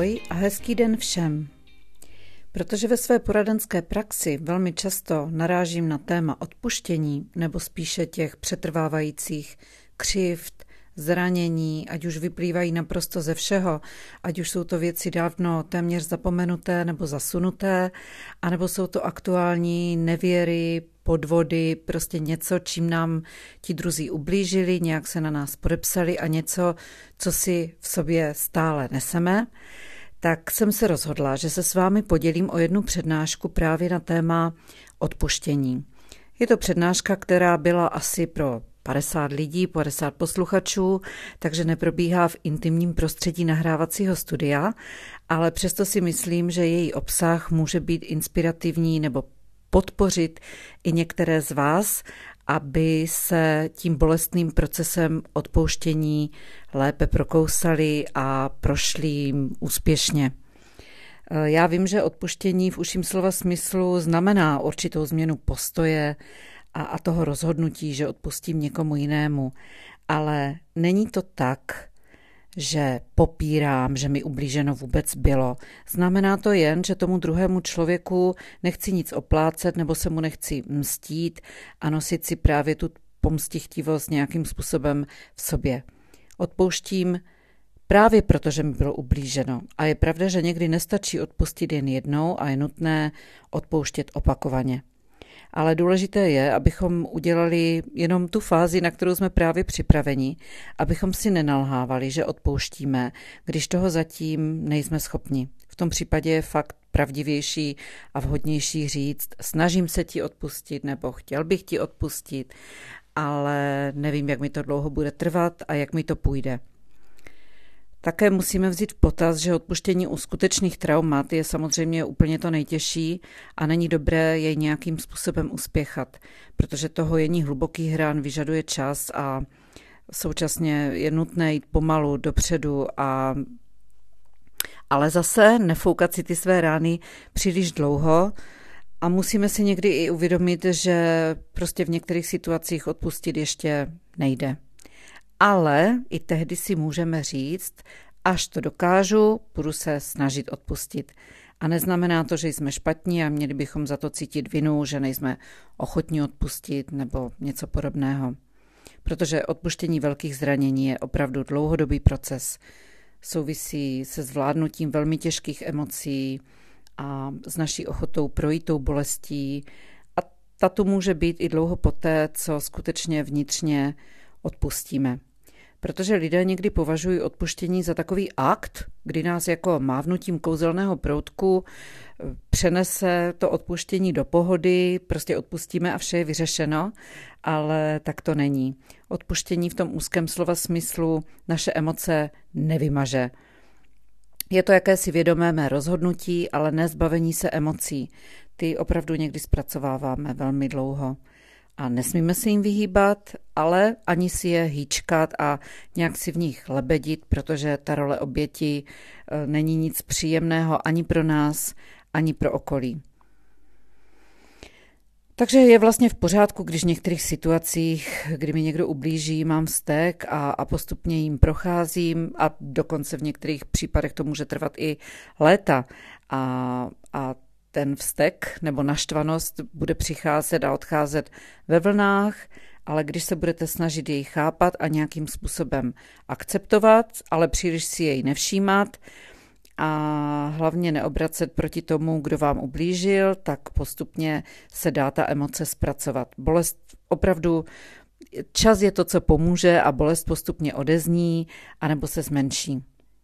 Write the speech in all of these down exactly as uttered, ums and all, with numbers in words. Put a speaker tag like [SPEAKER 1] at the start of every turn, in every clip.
[SPEAKER 1] Ahoj a hezký den všem. Protože ve své poradenské praxi velmi často narážím na téma odpuštění nebo spíše těch přetrvávajících křivd, zranění, ať už vyplývají naprosto ze všeho, ať už jsou to věci dávno téměř zapomenuté nebo zasunuté, anebo jsou to aktuální nevěry, podvody, prostě něco, čím nám ti druzí ublížili, nějak se na nás podepsali a něco, co si v sobě stále neseme, tak jsem se rozhodla, že se s vámi podělím o jednu přednášku právě na téma odpuštění. Je to přednáška, která byla asi pro padesát lidí, padesát posluchačů, takže neprobíhá v intimním prostředí nahrávacího studia, ale přesto si myslím, že její obsah může být inspirativní nebo podpořit i některé z vás, aby se tím bolestným procesem odpouštění lépe prokousali a prošli jim úspěšně. Já vím, že odpuštění v užším slova smyslu znamená určitou změnu postoje a, a toho rozhodnutí, že odpustím někomu jinému, ale není to tak, že popírám, že mi ublíženo vůbec bylo. Znamená to jen, že tomu druhému člověku nechci nic oplácet nebo se mu nechci mstít a nosit si právě tu pomstichtivost nějakým způsobem v sobě. Odpouštím právě proto, že mi bylo ublíženo. A je pravda, že někdy nestačí odpustit jen jednou a je nutné odpouštět opakovaně. Ale důležité je, abychom udělali jenom tu fázi, na kterou jsme právě připraveni, abychom si nenalhávali, že odpouštíme, když toho zatím nejsme schopni. V tom případě je fakt pravdivější a vhodnější říct, snažím se ti odpustit nebo chtěl bych ti odpustit, ale nevím, jak mi to dlouho bude trvat a jak mi to půjde. Také musíme vzít v potaz, že odpuštění u skutečných traumat je samozřejmě úplně to nejtěžší a není dobré jej nějakým způsobem uspěchat, protože to hojení hlubokých ran vyžaduje čas a současně je nutné jít pomalu dopředu, a ale zase nefoukat si ty své rány příliš dlouho a musíme si někdy i uvědomit, že prostě v některých situacích odpustit ještě nejde. Ale i tehdy si můžeme říct, až to dokážu, budu se snažit odpustit. A neznamená to, že jsme špatní a měli bychom za to cítit vinu, že nejsme ochotní odpustit nebo něco podobného. Protože odpuštění velkých zranění je opravdu dlouhodobý proces. Souvisí se zvládnutím velmi těžkých emocí a s naší ochotou projít tou bolestí. A tato může být i dlouho poté, co skutečně vnitřně odpustíme. Protože lidé někdy považují odpuštění za takový akt, kdy nás jako mávnutím kouzelného proutku přenese to odpuštění do pohody, prostě odpustíme a vše je vyřešeno, ale tak to není. Odpuštění v tom úzkém slova smyslu naše emoce nevymaže. Je to jakési vědomé mé rozhodnutí, ale ne zbavení se emocí. Ty opravdu někdy zpracováváme velmi dlouho. A nesmíme se jim vyhýbat, ale ani si je hýčkat a nějak si v nich lebedit, protože ta role oběti není nic příjemného ani pro nás, ani pro okolí. Takže je vlastně v pořádku, když v některých situacích, kdy mi někdo ublíží, mám vztek a, a postupně jim procházím a dokonce v některých případech to může trvat i léta a, a ten vztek nebo naštvanost bude přicházet a odcházet ve vlnách, ale když se budete snažit jej chápat a nějakým způsobem akceptovat, ale příliš si jej nevšímat a hlavně neobracet proti tomu, kdo vám ublížil, tak postupně se dá ta emoce zpracovat. Bolest opravdu, čas je to, co pomůže a bolest postupně odezní anebo se zmenší.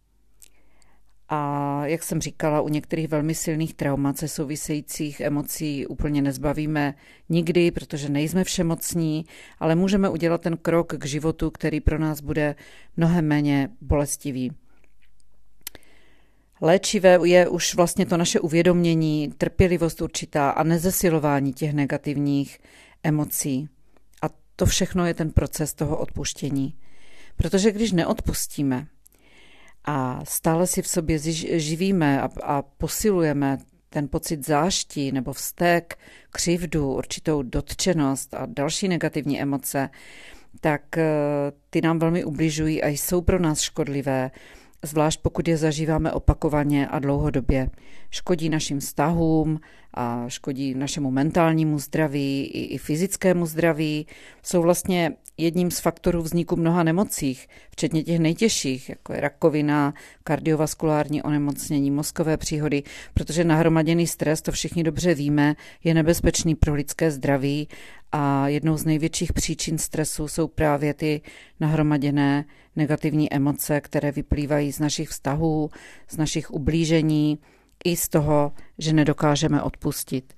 [SPEAKER 1] A jak jsem říkala, u některých velmi silných traumat se souvisejících emocí úplně nezbavíme nikdy, protože nejsme všemocní, ale můžeme udělat ten krok k životu, který pro nás bude mnohem méně bolestivý. Léčivé je už vlastně to naše uvědomění, trpělivost určitá a nezesilování těch negativních emocí. A to všechno je ten proces toho odpuštění. Protože když neodpustíme, a stále si v sobě živíme a, a posilujeme ten pocit zášti nebo vztek, křivdu, určitou dotčenost a další negativní emoce, tak ty nám velmi ubližují a jsou pro nás škodlivé. zvlášť pokud je zažíváme opakovaně a dlouhodobě. Škodí našim vztahům a škodí našemu mentálnímu zdraví i, i fyzickému zdraví. Jsou vlastně jedním z faktorů vzniku mnoha nemocích, včetně těch nejtěžších, jako je rakovina, kardiovaskulární onemocnění, mozkové příhody, protože nahromaděný stres, to všichni dobře víme, je nebezpečný pro lidské zdraví a jednou z největších příčin stresu jsou právě ty nahromaděné negativní emoce, které vyplývají z našich vztahů, z našich ublížení i z toho, že nedokážeme odpustit.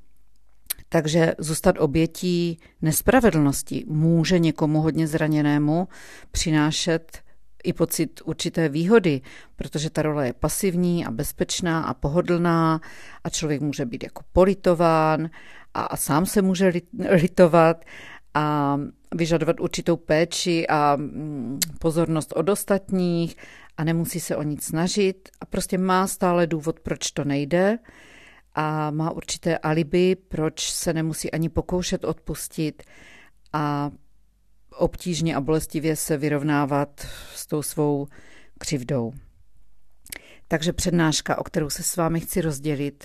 [SPEAKER 1] Takže zůstat obětí nespravedlnosti může někomu hodně zraněnému přinášet i pocit určité výhody, protože ta role je pasivní a bezpečná a pohodlná a člověk může být jako politován a, a sám se může litovat a vyžadovat určitou péči a pozornost od ostatních a nemusí se o nic snažit a prostě má stále důvod, proč to nejde a má určité alibi, proč se nemusí ani pokoušet odpustit a obtížně a bolestivě se vyrovnávat s tou svou křivdou. Takže přednáška, o kterou se s vámi chci rozdělit,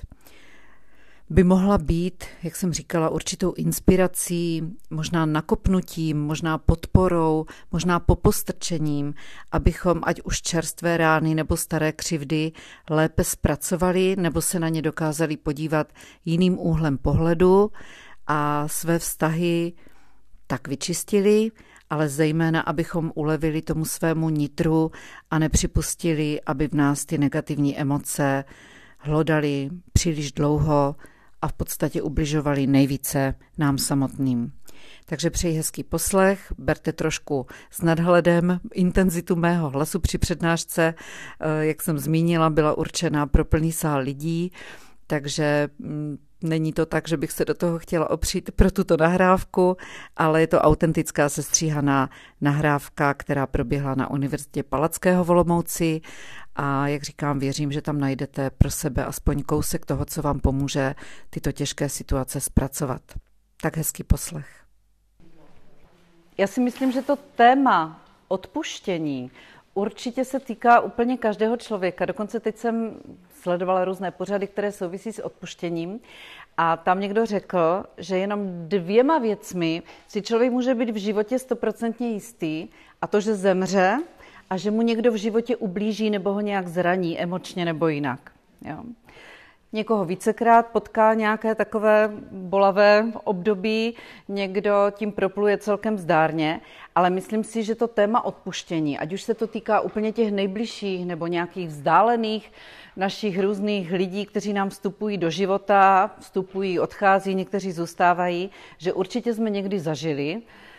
[SPEAKER 1] by mohla být, jak jsem říkala, určitou inspirací, možná nakopnutím, možná podporou, možná popostrčením, abychom ať už čerstvé rány nebo staré křivdy lépe zpracovali nebo se na ně dokázali podívat jiným úhlem pohledu a své vztahy tak vyčistili, ale zejména, abychom ulevili tomu svému nitru a nepřipustili, aby v nás ty negativní emoce hlodali příliš dlouho a v podstatě ubližovali nejvíce nám samotným. Takže přeji hezký poslech, berte trošku s nadhledem intenzitu mého hlasu při přednášce, jak jsem zmínila, byla určená pro plný sál lidí, takže není to tak, že bych se do toho chtěla opřít pro tuto nahrávku, ale je to autentická sestříhaná nahrávka, která proběhla na Univerzitě Palackého v Olomouci a jak říkám, věřím, že tam najdete pro sebe aspoň kousek toho, co vám pomůže tyto těžké situace zpracovat. Tak hezký poslech.
[SPEAKER 2] Já si myslím, že to téma odpuštění určitě se týká úplně každého člověka. Dokonce teď jsem sledovala různé pořady, které souvisí s odpuštěním a tam někdo řekl, že jenom dvěma věcmi si člověk může být v životě stoprocentně jistý a to, že zemře a že mu někdo v životě ublíží nebo ho nějak zraní emočně nebo jinak. Jo. Někoho vícekrát potká nějaké takové bolavé období, někdo tím propluje celkem zdárně, ale myslím si, že to téma odpuštění, ať už se to týká úplně těch nejbližších nebo nějakých vzdálených našich různých lidí, kteří nám vstupují do života, vstupují, odchází, někteří zůstávají, že určitě jsme někdy zažili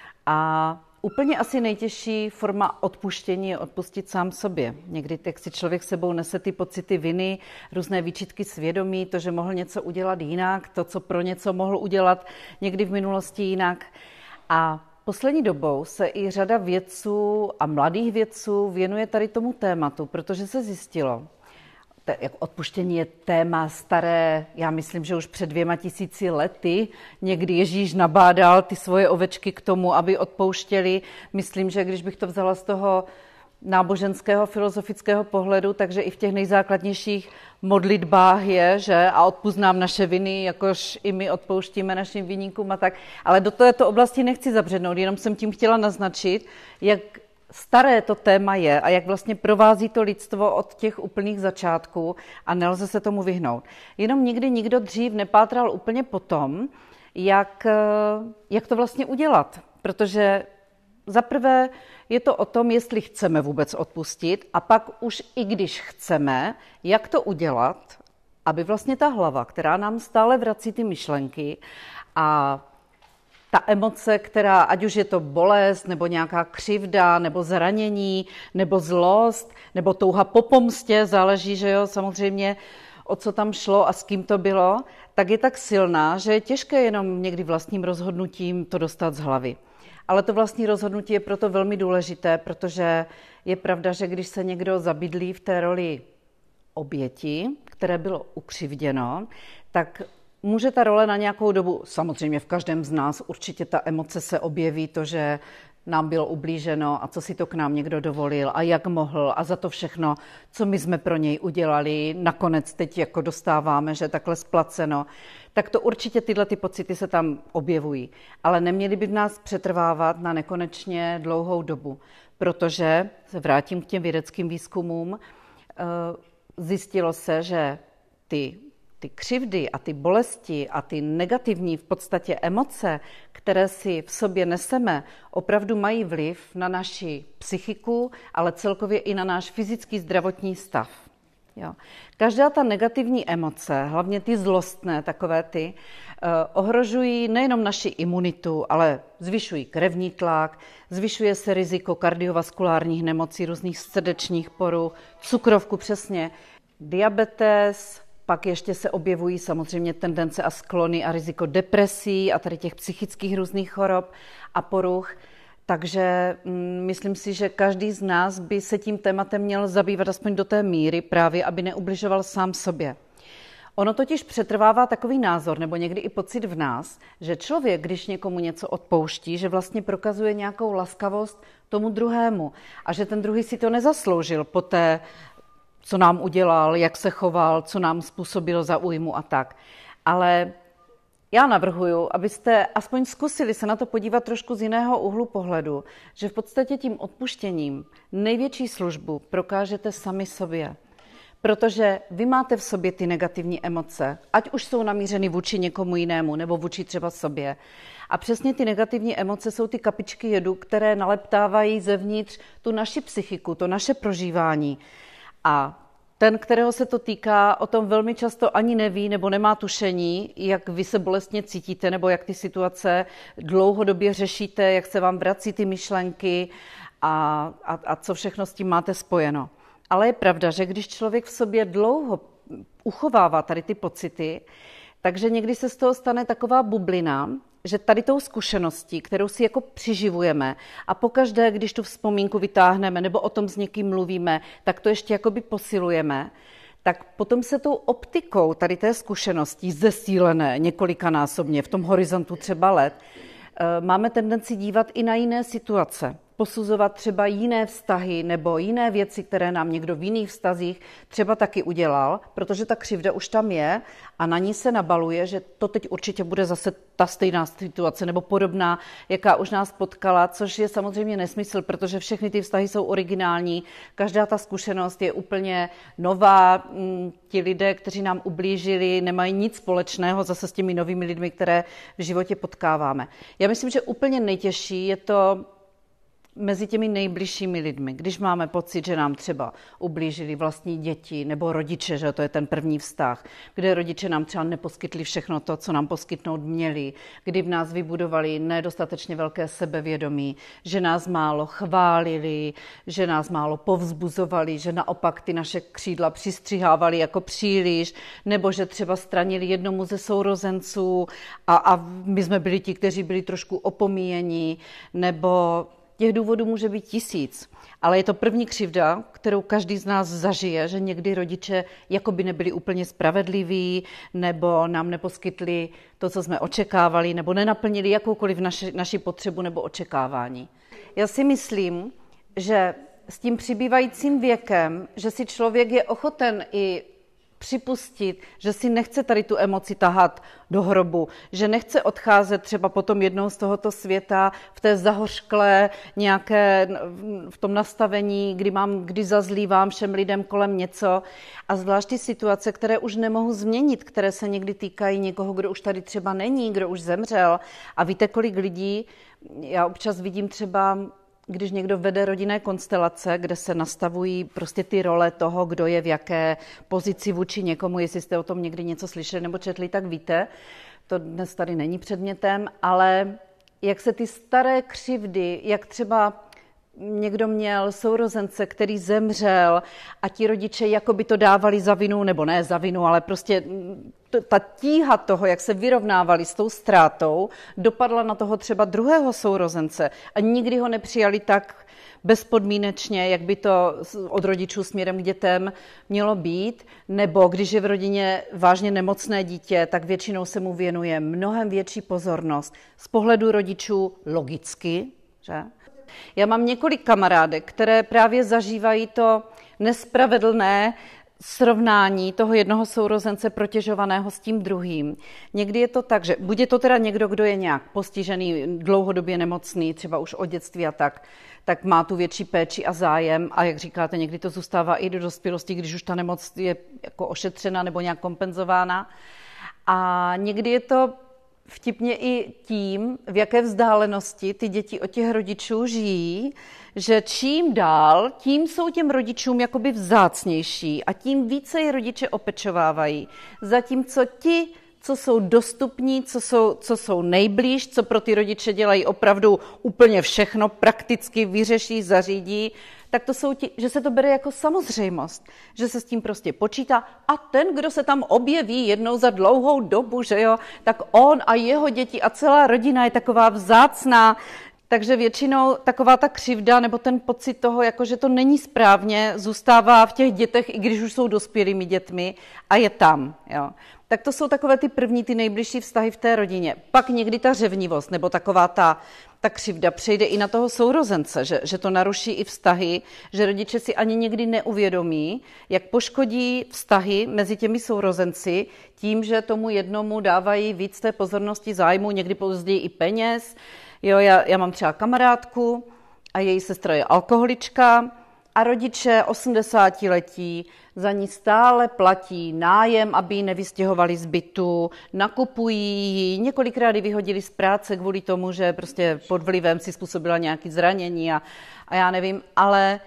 [SPEAKER 2] a úplně asi nejtěžší forma odpuštění je odpustit sám sobě. Někdy tak si člověk sebou nese ty pocity viny, různé výčitky svědomí, to, že mohl něco udělat jinak, to, co pro něco mohl udělat někdy v minulosti jinak. A poslední dobou se i řada vědců a mladých vědců věnuje tady tomu tématu, protože se zjistilo, jak odpuštění je téma staré, já myslím, že už před dvěma tisíci lety někdy Ježíš nabádal ty svoje ovečky k tomu, aby odpouštěli. Myslím, že když bych to vzala z toho náboženského, filozofického pohledu, takže i v těch nejzákladnějších modlitbách je, že a odpusť nám naše viny, jakož i my odpouštíme našim viníkům a tak. Ale do této oblasti nechci zabřednout, jenom jsem tím chtěla naznačit, jak staré to téma je a jak vlastně provází to lidstvo od těch úplných začátků a nelze se tomu vyhnout. Jenom nikdy nikdo dřív nepátral úplně po tom, jak, jak to vlastně udělat, protože zaprvé je to o tom, jestli chceme vůbec odpustit a pak už i když chceme, jak to udělat, aby vlastně ta hlava, která nám stále vrací ty myšlenky a ta emoce, která, ať už je to bolest, nebo nějaká křivda, nebo zranění, nebo zlost, nebo touha po pomstě, záleží, že jo, samozřejmě, o co tam šlo a s kým to bylo, tak je tak silná, že je těžké jenom někdy vlastním rozhodnutím to dostat z hlavy. Ale to vlastní rozhodnutí je proto velmi důležité, protože je pravda, že když se někdo zabydlí v té roli oběti, které bylo ukřivděno, tak může ta role na nějakou dobu, samozřejmě v každém z nás určitě ta emoce se objeví, to, že nám bylo ublíženo a co si to k nám někdo dovolil a jak mohl a za to všechno, co my jsme pro něj udělali, nakonec teď jako dostáváme, že takhle splaceno, tak to určitě tyhle ty pocity se tam objevují. Ale neměly by v nás přetrvávat na nekonečně dlouhou dobu, protože, se vrátím k těm vědeckým výzkumům, zjistilo se, že ty Ty křivdy a ty bolesti a ty negativní v podstatě emoce, které si v sobě neseme, opravdu mají vliv na naši psychiku, ale celkově i na náš fyzický zdravotní stav. Jo. Každá ta negativní emoce, hlavně ty zlostné, takové ty, eh, ohrožují nejenom naši imunitu, ale zvyšují krevní tlak, zvyšuje se riziko kardiovaskulárních nemocí, různých srdečních poruch, cukrovku přesně, diabetes. Pak ještě se objevují samozřejmě tendence a sklony a riziko depresí a tady těch psychických různých chorob a poruch. Takže mm, myslím si, že každý z nás by se tím tématem měl zabývat aspoň do té míry právě, aby neubližoval sám sobě. Ono totiž přetrvává takový názor, nebo někdy i pocit v nás, že člověk, když někomu něco odpouští, že vlastně prokazuje nějakou laskavost tomu druhému a že ten druhý si to nezasloužil po té, co nám udělal, jak se choval, co nám způsobil za újmu a tak. Ale já navrhuju, abyste aspoň zkusili se na to podívat trošku z jiného úhlu pohledu, že v podstatě tím odpuštěním největší službu prokážete sami sobě. Protože vy máte v sobě ty negativní emoce, ať už jsou namířeny vůči někomu jinému nebo vůči třeba sobě. A přesně ty negativní emoce jsou ty kapičky jedu, které naleptávají zevnitř tu naši psychiku, to naše prožívání. A ten, kterého se to týká, o tom velmi často ani neví nebo nemá tušení, jak vy se bolestně cítíte nebo jak ty situace dlouhodobě řešíte, jak se vám vrací ty myšlenky a, a, a co všechno s tím máte spojeno. Ale je pravda, že když člověk v sobě dlouho uchovává tady ty pocity, takže někdy se z toho stane taková bublina, že tady tou zkušeností, kterou si jako přiživujeme a pokaždé, když tu vzpomínku vytáhneme nebo o tom s někým mluvíme, tak to ještě jakoby posilujeme, tak potom se tou optikou tady té zkušenosti zesílené několikanásobně v tom horizontu třeba let, máme tendenci dívat i na jiné situace. Posuzovat třeba jiné vztahy nebo jiné věci, které nám někdo v jiných vztazích třeba taky udělal, protože ta křivda už tam je a na ní se nabaluje, že to teď určitě bude zase ta stejná situace nebo podobná, jaká už nás potkala, což je samozřejmě nesmysl, protože všechny ty vztahy jsou originální, každá ta zkušenost je úplně nová, ti lidé, kteří nám ublížili, nemají nic společného zase s těmi novými lidmi, které v životě potkáváme. Já myslím, že úplně nejtěžší je to mezi těmi nejbližšími lidmi, když máme pocit, že nám třeba ublížili vlastní děti nebo rodiče, že to je ten první vztah, kde rodiče nám třeba neposkytli všechno to, co nám poskytnout měli, kdy v nás vybudovali nedostatečně velké sebevědomí, že nás málo chválili, že nás málo povzbuzovali, že naopak ty naše křídla přistřihávali jako příliš, nebo že třeba stranili jednomu ze sourozenců a, a my jsme byli ti, kteří byli trošku opomíjeni, nebo těch důvodů může být tisíc, ale je to první křivda, kterou každý z nás zažije, že někdy rodiče jakoby nebyli úplně spravedliví, nebo nám neposkytli to, co jsme očekávali, nebo nenaplnili jakoukoliv naši, naši potřebu nebo očekávání. Já si myslím, že s tím přibývajícím věkem, že si člověk je ochoten i připustit, že si nechce tady tu emoci tahat do hrobu, že nechce odcházet třeba potom jednou z tohoto světa v té zahořklé nějaké, v tom nastavení, kdy mám, kdy zazlívám všem lidem kolem něco a zvlášť ty situace, které už nemohu změnit, které se někdy týkají někoho, kdo už tady třeba není, kdo už zemřel a víte, kolik lidí, já občas vidím třeba, když někdo vede rodinné konstelace, kde se nastavují prostě ty role toho, kdo je v jaké pozici vůči někomu, jestli jste o tom někdy něco slyšeli nebo četli, tak víte, to dnes tady není předmětem, ale jak se ty staré křivdy, jak třeba někdo měl sourozence, který zemřel a ti rodiče jako by to dávali za vinu, nebo ne za vinu, ale prostě ta tíha toho, jak se vyrovnávali s tou ztrátou, dopadla na toho třeba druhého sourozence a nikdy ho nepřijali tak bezpodmínečně, jak by to od rodičů směrem k dětem mělo být, nebo když je v rodině vážně nemocné dítě, tak většinou se mu věnuje mnohem větší pozornost z pohledu rodičů logicky, že? Já mám několik kamarádek, které právě zažívají to nespravedlné srovnání toho jednoho sourozence protěžovaného s tím druhým. Někdy je to tak, že buď je to teda někdo, kdo je nějak postižený, dlouhodobě nemocný, třeba už od dětství a tak, tak má tu větší péči a zájem a jak říkáte, někdy to zůstává i do dospělosti, když už ta nemoc je jako ošetřena nebo nějak kompenzována. A někdy je to vtipně i tím, v jaké vzdálenosti ty děti od těch rodičů žijí, že čím dál, tím jsou těm rodičům jakoby vzácnější a tím více je rodiče opečovávají. Zatímco ti, co jsou dostupní, co jsou, co jsou nejblíž, co pro ty rodiče dělají opravdu úplně všechno, prakticky vyřeší, zařídí, tak to jsou ti, že se to bere jako samozřejmost, že se s tím prostě počítá a ten, kdo se tam objeví jednou za dlouhou dobu, že jo, tak on a jeho děti a celá rodina je taková vzácná. Takže většinou taková ta křivda nebo ten pocit toho, jako že to není správně, zůstává v těch dětech, i když už jsou dospělými dětmi a je tam. Jo. Tak to jsou takové ty první, ty nejbližší vztahy v té rodině. Pak někdy ta řevnivost nebo taková ta, ta křivda přejde i na toho sourozence, že, že to naruší i vztahy, že rodiče si ani někdy neuvědomí, jak poškodí vztahy mezi těmi sourozenci tím, že tomu jednomu dávají víc té pozornosti, zájmu, někdy později i peněz. Jo, já, já mám třeba kamarádku a její sestra je alkoholička a rodiče osmdesátiletí za ní stále platí nájem, aby ji nevystěhovali z bytu, nakupují ji, několikrát ji vyhodili z práce kvůli tomu, že prostě pod vlivem si způsobila nějaké zranění a, a já nevím, ale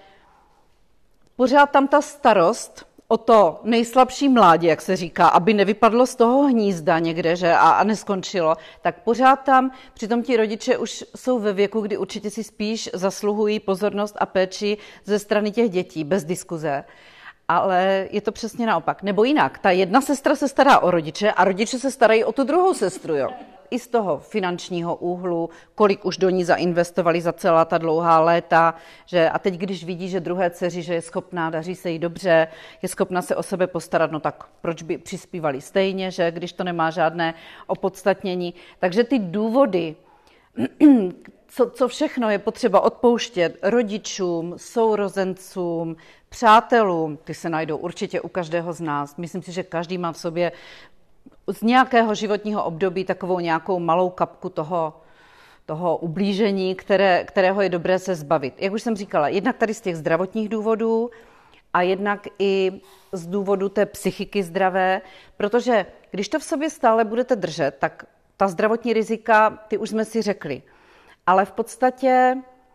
[SPEAKER 2] pořád tam ta starost o to nejslabší mládě, jak se říká, aby nevypadlo z toho hnízda někde, že a, a neskončilo, tak pořád tam, přitom ti rodiče už jsou ve věku, kdy určitě si spíš zasluhují pozornost a péči ze strany těch dětí, bez diskuze. Ale je to přesně naopak. Nebo jinak, ta jedna sestra se stará o rodiče a rodiče se starají o tu druhou sestru, jo. I z toho finančního úhlu, kolik už do ní zainvestovali za celá ta dlouhá léta, že a teď, když vidí, že druhé dceři, že je schopná, daří se jí dobře, je schopna se o sebe postarat, no tak proč by přispívali stejně, že když to nemá žádné opodstatnění. Takže ty důvody, co, co všechno je potřeba odpouštět rodičům, sourozencům, přátelům, ty se najdou určitě u každého z nás. Myslím si, že každý má v sobě z nějakého životního období takovou nějakou malou kapku toho, toho ublížení, které, kterého je dobré se zbavit. Jak už jsem říkala, jednak tady z těch zdravotních důvodů a jednak i z důvodu té psychiky zdravé, protože když to v sobě stále budete držet, tak ta zdravotní rizika, ty už jsme si řekli, ale v podstatě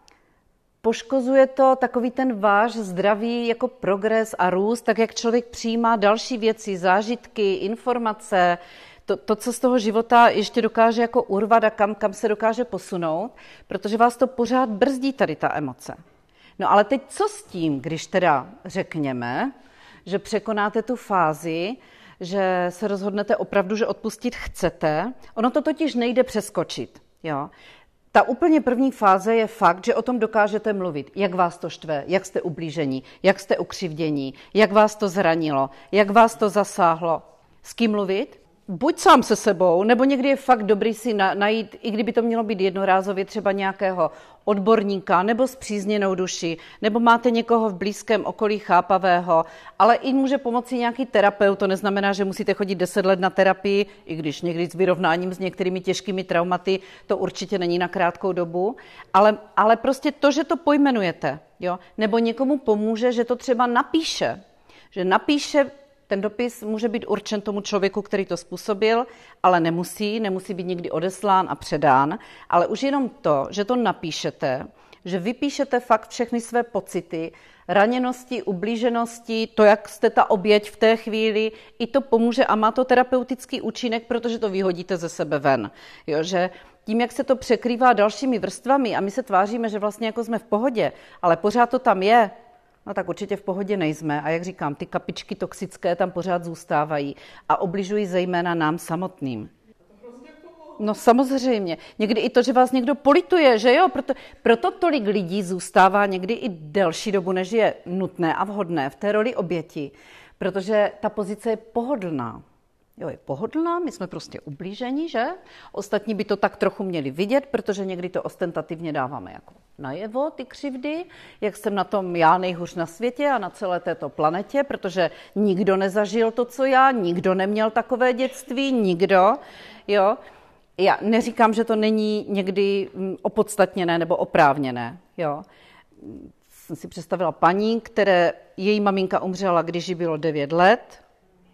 [SPEAKER 2] poškozuje to takový ten váš zdravý jako progres a růst, tak jak člověk přijímá další věci, zážitky, informace, to, to, co z toho života ještě dokáže jako urvat a kam, kam se dokáže posunout, protože vás to pořád brzdí tady ta emoce. No ale teď co s tím, když teda řekněme, že překonáte tu fázi, že se rozhodnete opravdu, že odpustit chcete, ono to totiž nejde přeskočit, jo. Ta úplně první fáze je fakt, že o tom dokážete mluvit, jak vás to štve, jak jste ublížení, jak jste ukřivdění, jak vás to zranilo, jak vás to zasáhlo. S kým mluvit? Buď sám se sebou, nebo někdy je fakt dobrý si na, najít, i kdyby to mělo být jednorázově, třeba nějakého odborníka nebo spřízněnou duši, nebo máte někoho v blízkém okolí chápavého, ale i může pomoci nějaký terapeut, to neznamená, že musíte chodit deset let na terapii, i když někdy s vyrovnáním s některými těžkými traumaty, to určitě není na krátkou dobu, ale, ale prostě to, že to pojmenujete, jo, nebo někomu pomůže, že to třeba napíše, že napíše. Ten dopis může být určen tomu člověku, který to způsobil, ale nemusí, nemusí být nikdy odeslán a předán, ale už jenom to, že to napíšete, že vypíšete fakt všechny své pocity, raněnosti, ublíženosti, to, jak jste ta oběť v té chvíli, i to pomůže a má to terapeutický účinek, protože to vyhodíte ze sebe ven. Jo, že tím, jak se to překrývá dalšími vrstvami a my se tváříme, že vlastně jako jsme v pohodě, ale pořád to tam je, no tak určitě v pohodě nejsme a jak říkám, ty kapičky toxické tam pořád zůstávají a obližují zejména nám samotným. No samozřejmě. Někdy i to, že vás někdo polituje, že jo? Proto, proto tolik lidí zůstává někdy i delší dobu, než je nutné a vhodné v té roli oběti, protože ta pozice je pohodlná. Jo, je pohodlná, my jsme prostě ublíženi, že? Ostatní by to tak trochu měli vidět, protože někdy to ostentativně dáváme jako najevo, ty křivdy, jak jsem na tom já nejhůř na světě a na celé této planetě, protože nikdo nezažil to, co já, nikdo neměl takové dětství, nikdo, jo. Já neříkám, že to není někdy opodstatněné nebo oprávněné, jo. Jsem si představila paní, které její maminka umřela, když jí bylo devět let,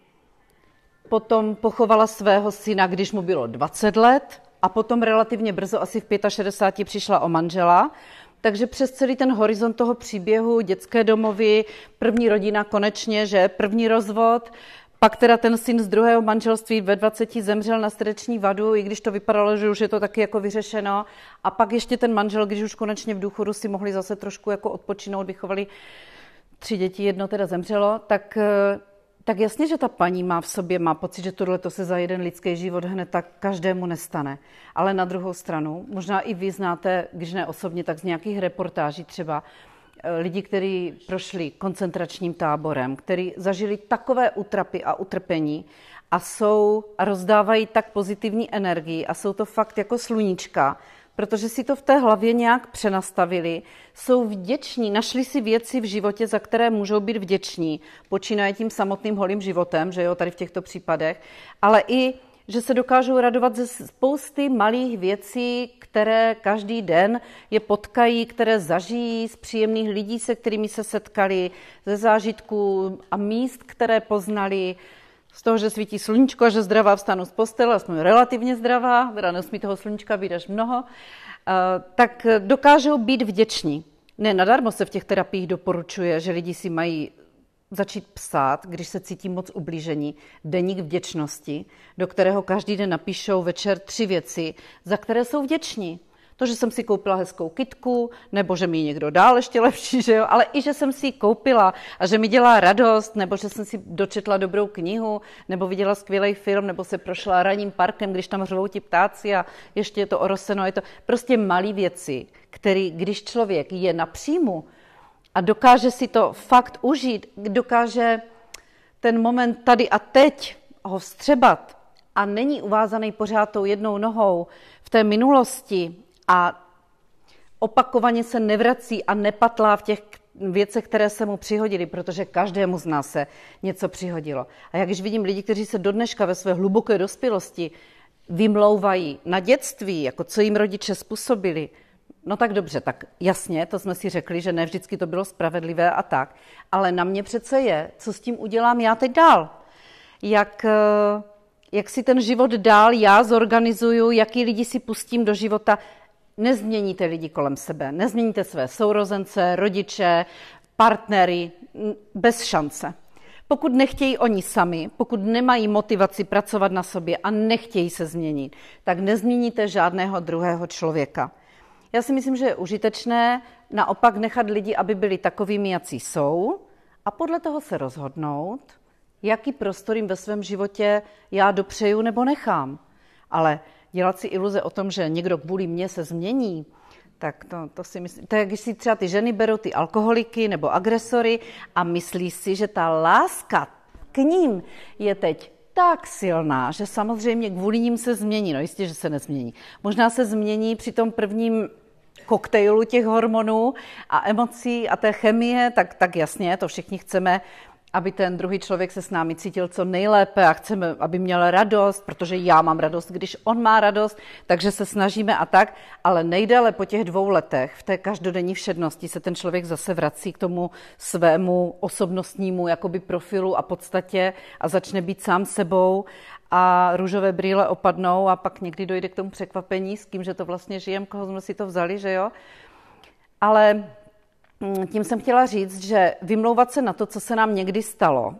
[SPEAKER 2] potom pochovala svého syna, když mu bylo dvacet let a potom relativně brzo, asi v šedesáti pěti, přišla o manžela. Takže přes celý ten horizont toho příběhu, dětské domovy, první rodina konečně, že první rozvod, pak teda ten syn z druhého manželství ve dvaceti zemřel na srdeční vadu, i když to vypadalo, že už je to taky jako vyřešeno. A pak ještě ten manžel, když už konečně v důchodu si mohli zase trošku jako odpočinout, vychovali tři děti, jedno teda zemřelo, tak... Tak jasně, že ta paní má v sobě, má pocit, že tohle se za jeden lidský život hned tak každému nestane. Ale na druhou stranu, možná i vy znáte, když ne osobně, tak z nějakých reportáží třeba lidi, kteří prošli koncentračním táborem, kteří zažili takové útrapy a utrpení a jsou a rozdávají tak pozitivní energii a jsou to fakt jako sluníčka, protože si to v té hlavě nějak přenastavili, jsou vděční, našli si věci v životě, za které můžou být vděční, počínaje tím samotným holým životem, že jo, tady v těchto případech, ale i, že se dokážou radovat ze spousty malých věcí, které každý den je potkají, které zažijí, z příjemných lidí, se kterými se setkali, ze zážitků a míst, které poznali, z toho, že svítí sluníčko a že zdravá vstanu z postele, jsme relativně zdravá, teda nesmí toho sluníčka být až mnoho, tak dokážou být vděční. Ne, nadarmo se v těch terapiích doporučuje, že lidi si mají začít psát, když se cítí moc ublížení, deník vděčnosti, do kterého každý den napíšou večer tři věci, za které jsou vděční. To, že jsem si koupila hezkou kytku, nebo že mi ji někdo dál ještě lepší, že jo? Ale i, že jsem si ji koupila a že mi dělá radost, nebo že jsem si dočetla dobrou knihu, nebo viděla skvělý film, nebo se prošla ranním parkem, když tam řvou ti ptáci a ještě je to oroseno. Je to prostě malé věci, které, když člověk je na příjmu a dokáže si to fakt užít, dokáže ten moment tady a teď ho vstřebat a není uvázaný pořád tou jednou nohou v té minulosti, a opakovaně se nevrací a nepatlá v těch věcech, které se mu přihodily, protože každému z nás se něco přihodilo. A jak když vidím lidi, kteří se do dneška ve své hluboké dospělosti vymlouvají na dětství, jako co jim rodiče způsobili, no tak dobře, tak jasně, to jsme si řekli, že ne vždycky to bylo spravedlivé a tak, ale na mě přece je, co s tím udělám já teď dál. Jak... jak si ten život dál já zorganizuju, jaký lidi si pustím do života. Nezměníte lidi kolem sebe, nezměníte své sourozence, rodiče, partnery, bez šance. Pokud nechtějí oni sami, pokud nemají motivaci pracovat na sobě a nechtějí se změnit, tak nezměníte žádného druhého člověka. Já si myslím, že je užitečné naopak nechat lidi, aby byli takovými, jací jsou, a podle toho se rozhodnout, jaký prostor jim ve svém životě já dopřeju nebo nechám. Ale dělat si iluze o tom, že někdo kvůli mně se změní, tak to, to si myslím, to je, když si třeba ty ženy berou ty alkoholiky nebo agresory a myslí si, že ta láska k ním je teď tak silná, že samozřejmě kvůli ním se změní. No jistě, že se nezmění. Možná se změní při tom prvním koktejlu těch hormonů a emocí a té chemie, tak, tak jasně, to všichni chceme, aby ten druhý člověk se s námi cítil co nejlépe a chceme, aby měl radost, protože já mám radost, když on má radost, takže se snažíme a tak, ale nejdéle po těch dvou letech v té každodenní všednosti se ten člověk zase vrací k tomu svému osobnostnímu jakoby profilu a podstatě a začne být sám sebou a růžové brýle opadnou a pak někdy dojde k tomu překvapení, s kým, že to vlastně žijem, koho jsme si to vzali, že jo. Ale tím jsem chtěla říct, že vymlouvat se na to, co se nám někdy stalo,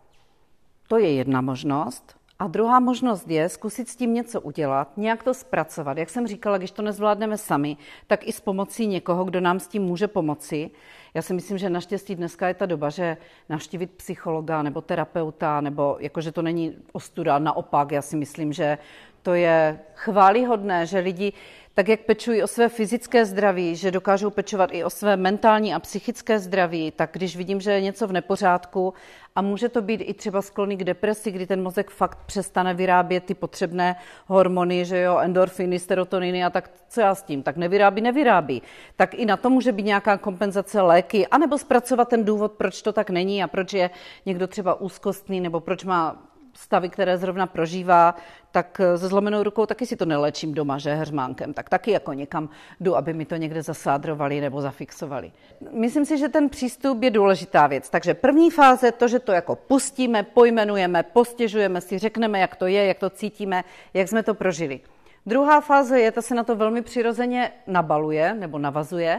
[SPEAKER 2] to je jedna možnost. A druhá možnost je zkusit s tím něco udělat, nějak to zpracovat. Jak jsem říkala, když to nezvládneme sami, tak i s pomocí někoho, kdo nám s tím může pomoci. Já si myslím, že naštěstí dneska je ta doba, že navštívit psychologa nebo terapeuta, nebo jakože to není ostuda, naopak, já si myslím, že to je chvályhodné, že lidi, tak jak pečují o své fyzické zdraví, že dokážou pečovat i o své mentální a psychické zdraví, tak když vidím, že je něco v nepořádku a může to být i třeba sklony k depresi, kdy ten mozek fakt přestane vyrábět ty potřebné hormony, že jo, endorfiny, serotoniny a tak co já s tím, tak nevyrábí, nevyrábí. Tak i na to může být nějaká kompenzace, léky, anebo zpracovat ten důvod, proč to tak není a proč je někdo třeba úzkostný, nebo proč má stavy, které zrovna prožívá, tak se zlomenou rukou taky si to neléčím doma, že heřmánkem, tak taky jako někam jdu, aby mi to někde zasádrovali nebo zafixovali. Myslím si, že ten přístup je důležitá věc. Takže první fáze, to, že to jako pustíme, pojmenujeme, postěžujeme si, řekneme, jak to je, jak to cítíme, jak jsme to prožili. Druhá fáze je, ta se na to velmi přirozeně nabaluje nebo navazuje,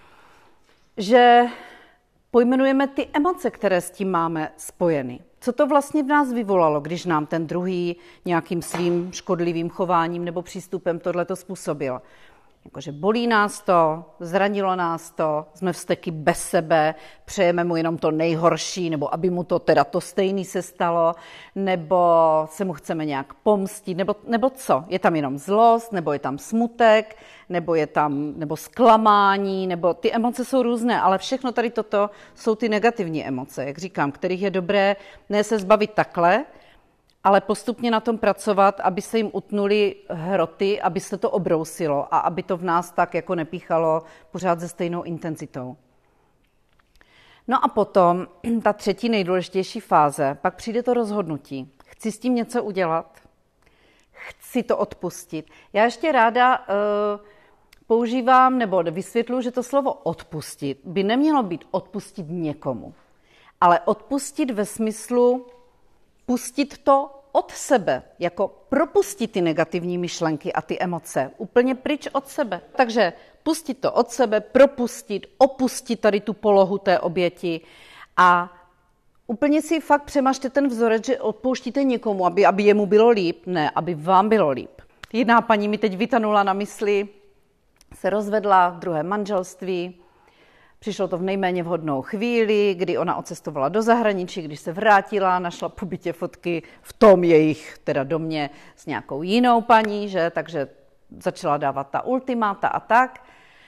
[SPEAKER 2] že pojmenujeme ty emoce, které s tím máme spojeny. Co to vlastně v nás vyvolalo, když nám ten druhý nějakým svým škodlivým chováním nebo přístupem tohleto způsobil? Jakože bolí nás to, zranilo nás to, jsme vzteky bez sebe, přejeme mu jenom to nejhorší, nebo aby mu to teda to stejný se stalo, nebo se mu chceme nějak pomstit, nebo, nebo co? Je tam jenom zlost, nebo je tam smutek, nebo je tam nebo zklamání, nebo ty emoce jsou různé, ale všechno tady toto jsou ty negativní emoce, jak říkám, kterých je dobré ne se zbavit takhle, ale postupně na tom pracovat, aby se jim utnuly hroty, aby se to obrousilo a aby to v nás tak jako nepíchalo pořád se stejnou intenzitou. No a potom ta třetí nejdůležitější fáze, pak přijde to rozhodnutí. Chci s tím něco udělat, chci to odpustit. Já ještě ráda uh, používám nebo vysvětluji, že to slovo odpustit by nemělo být odpustit někomu, ale odpustit ve smyslu pustit to od sebe, jako propustit ty negativní myšlenky a ty emoce, úplně pryč od sebe. Takže pustit to od sebe, propustit, opustit tady tu polohu té oběti a úplně si fakt přemažte ten vzorec, že odpouštíte někomu, aby, aby jemu bylo líp, ne, aby vám bylo líp. Jedna paní mi teď vytanula na mysli, se rozvedla v druhém manželství, přišlo to v nejméně vhodnou chvíli, kdy ona odcestovala do zahraničí, když se vrátila, našla po bytě fotky v tom jejich teda domě s nějakou jinou paní, že? Takže začala dávat ta ultimáta a tak.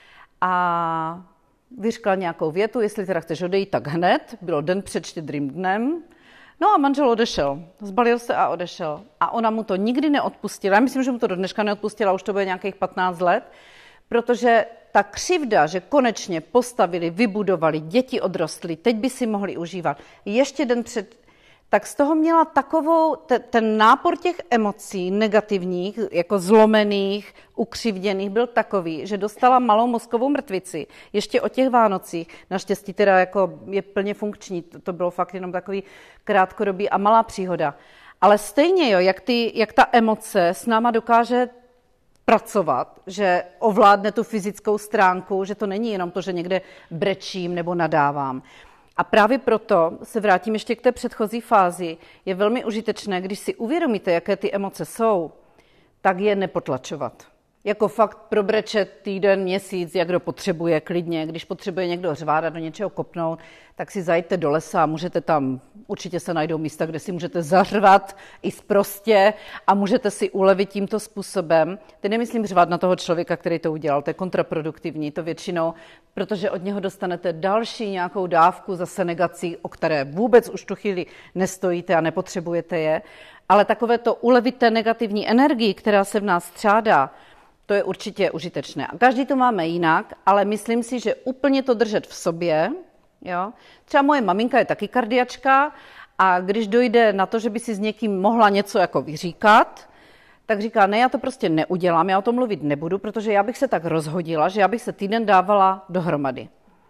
[SPEAKER 2] A vyřkla nějakou větu, jestli teda chceš odejít, tak hned. Bylo den před štědrým dnem. No a manžel odešel. Zbalil se a odešel. A ona mu to nikdy neodpustila. Já myslím, že mu to do dneška neodpustila, už to bude nějakých patnáct let, protože ta křivda, že konečně postavili, vybudovali, děti odrostly, teď by si mohli užívat. Ještě den před, tak z toho měla takovou, te, ten nápor těch emocí negativních, jako zlomených, ukřivděných, byl takový, že dostala malou mozkovou mrtvici. Ještě o těch Vánocích, naštěstí teda jako je plně funkční, to, to bylo fakt jenom takový krátkodobý a malá příhoda. Ale stejně, jo, jak, ty, jak ta emoce s náma dokáže pracovat, že ovládne tu fyzickou stránku, že to není jenom to, že někde brečím nebo nadávám. A právě proto se vrátím ještě k té předchozí fázi. Je velmi užitečné, když si uvědomíte, jaké ty emoce jsou, tak je nepotlačovat. Jako fakt probrečet týden, měsíc, jak kdo potřebuje klidně. Když potřebuje někdo řvát a do něčeho kopnout, tak si zajďte do lesa a můžete tam, určitě se najdou místa, kde si můžete zařvat i sprostě a můžete si ulevit tímto způsobem. Teď nemyslím řvat na toho člověka, který to udělal, to je kontraproduktivní, to většinou, protože od něho dostanete další nějakou dávku zase negací, o které vůbec už tu chvíli nestojíte a nepotřebujete je, ale takové to ulevit té negativní energii, která se v nás střádá, to je určitě užitečné. A každý to máme jinak, ale myslím si, že úplně to držet v sobě, jo. Třeba moje maminka je taky kardiačka a když dojde na to, že by si s někým mohla něco jako vyříkat, tak říká, ne, já to prostě neudělám, já o tom mluvit nebudu, protože já bych se tak rozhodila, že já bych se týden dávala dohromady.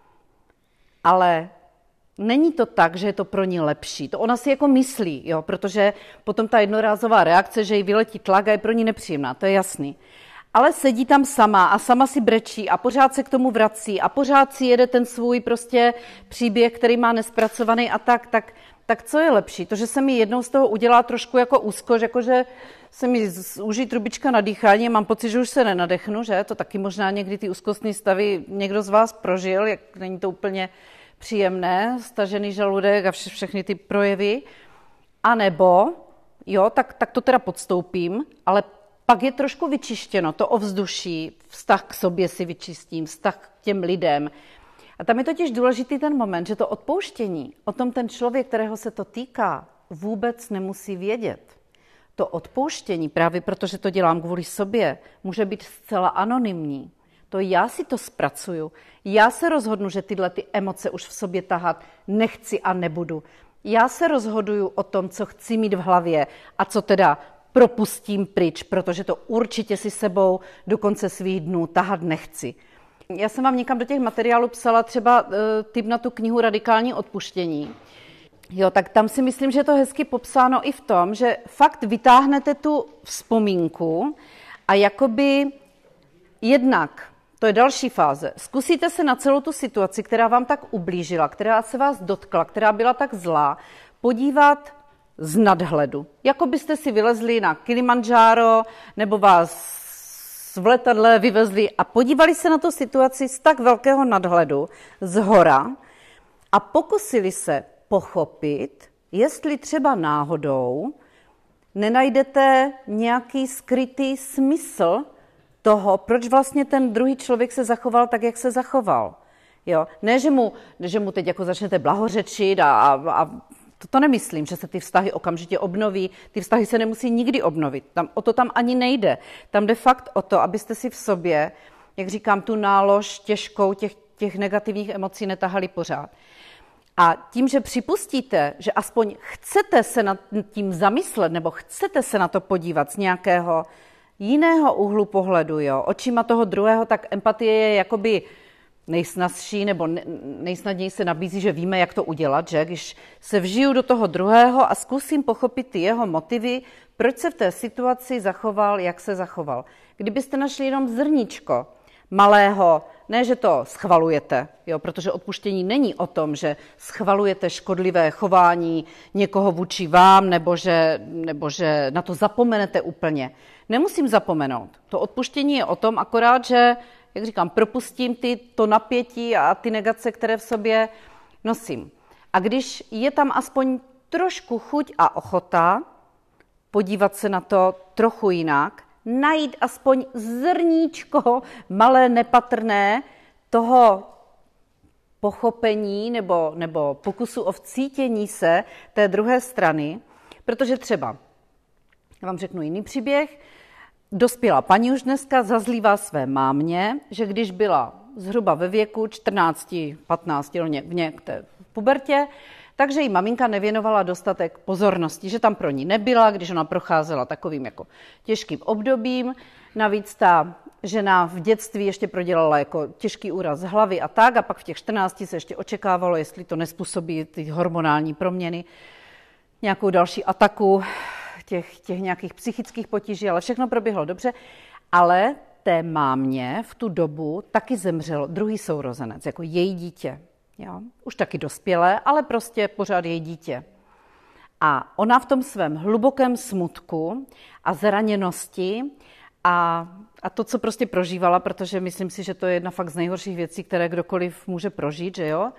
[SPEAKER 2] Ale není to tak, že je to pro ní lepší. To ona si jako myslí, jo, protože potom ta jednorázová reakce, že jí vyletí tlak a je pro ní nepříjemná, to je jasný. Ale sedí tam sama a sama si brečí a pořád se k tomu vrací a pořád si jede ten svůj prostě příběh, který má nespracovaný a tak, tak, tak co je lepší? To, že se mi jednou z toho udělá trošku jako úzkost, jakože se mi zúží trubička na dýchání a mám pocit, že už se nenadechnu, že? To taky možná někdy ty úzkostné stavy někdo z vás prožil, jak není to úplně příjemné, stažený žaludek a vše, všechny ty projevy. A nebo, jo, tak, tak to teda podstoupím, ale pak je trošku vyčištěno to ovzduší, vztah k sobě si vyčistím, vztah k těm lidem. A tam je totiž důležitý ten moment, že to odpouštění, o tom ten člověk, kterého se to týká, vůbec nemusí vědět. To odpouštění, právě protože to dělám kvůli sobě, může být zcela anonymní. To já si to zpracuju. Já se rozhodnu, že tyhle ty emoce už v sobě tahat nechci a nebudu. Já se rozhoduju o tom, co chci mít v hlavě a co teda propustím pryč, protože to určitě si sebou do konce svých dnů tahat nechci. Já jsem vám někam do těch materiálů psala třeba uh, tip na tu knihu Radikální odpuštění. Jo, tak tam si myslím, že je to hezky popsáno i v tom, že fakt vytáhnete tu vzpomínku a jakoby jednak, to je další fáze, zkusíte se na celou tu situaci, která vám tak ublížila, která se vás dotkla, která byla tak zlá, podívat z nadhledu. Jako byste si vylezli na Kilimandžáro nebo vás v letadle vyvezli a podívali se na tu situaci z tak velkého nadhledu, z hora a pokusili se pochopit, jestli třeba náhodou nenajdete nějaký skrytý smysl toho, proč vlastně ten druhý člověk se zachoval tak, jak se zachoval. Jo? Ne, že mu, že mu teď jako začnete blahořečit a, a, a to, to nemyslím, že se ty vztahy okamžitě obnoví. Ty vztahy se nemusí nikdy obnovit. Tam, o to tam ani nejde. Tam jde fakt o to, abyste si v sobě, jak říkám, tu nálož těžkou těch, těch negativních emocí netahali pořád. A tím, že připustíte, že aspoň chcete se nad tím zamyslet nebo chcete se na to podívat z nějakého jiného úhlu pohledu, jo, očima toho druhého, tak empatie je jakoby nejsnazší nebo nejsnadněji se nabízí, že víme, jak to udělat, že když se vžiju do toho druhého a zkusím pochopit ty jeho motivy, proč se v té situaci zachoval, jak se zachoval. Kdybyste našli jenom zrníčko malého, ne, že to schvalujete, jo, protože odpuštění není o tom, že schvalujete škodlivé chování někoho vůči vám, nebo že, nebo že na to zapomenete úplně. Nemusím zapomenout. To odpuštění je o tom akorát, že, jak říkám, propustím ty, to napětí a ty negace, které v sobě nosím. A když je tam aspoň trošku chuť a ochota podívat se na to trochu jinak, najít aspoň zrníčko malé, nepatrné toho pochopení nebo, nebo pokusu o vcítění se té druhé strany, protože třeba, já vám řeknu jiný příběh, dospělá paní už dneska zazlívá své mámě, že když byla zhruba ve věku čtrnáct patnáct v někde v pubertě, takže jí maminka nevěnovala dostatek pozornosti, že tam pro ní nebyla, když ona procházela takovým jako těžkým obdobím. Navíc ta žena v dětství ještě prodělala jako těžký úraz hlavy a tak, a pak v těch čtrnácti se ještě očekávalo, jestli to nezpůsobí ty hormonální proměny, nějakou další ataku těch, těch nějakých psychických potíží, ale všechno proběhlo dobře. Ale té mámě v tu dobu taky zemřel druhý sourozenec, jako její dítě. Jo? Už taky dospělé, ale prostě pořád její dítě. A ona v tom svém hlubokém smutku a zraněnosti a, a to, co prostě prožívala, protože myslím si, že to je jedna fakt z nejhorších věcí, které kdokoliv může prožít, že jo,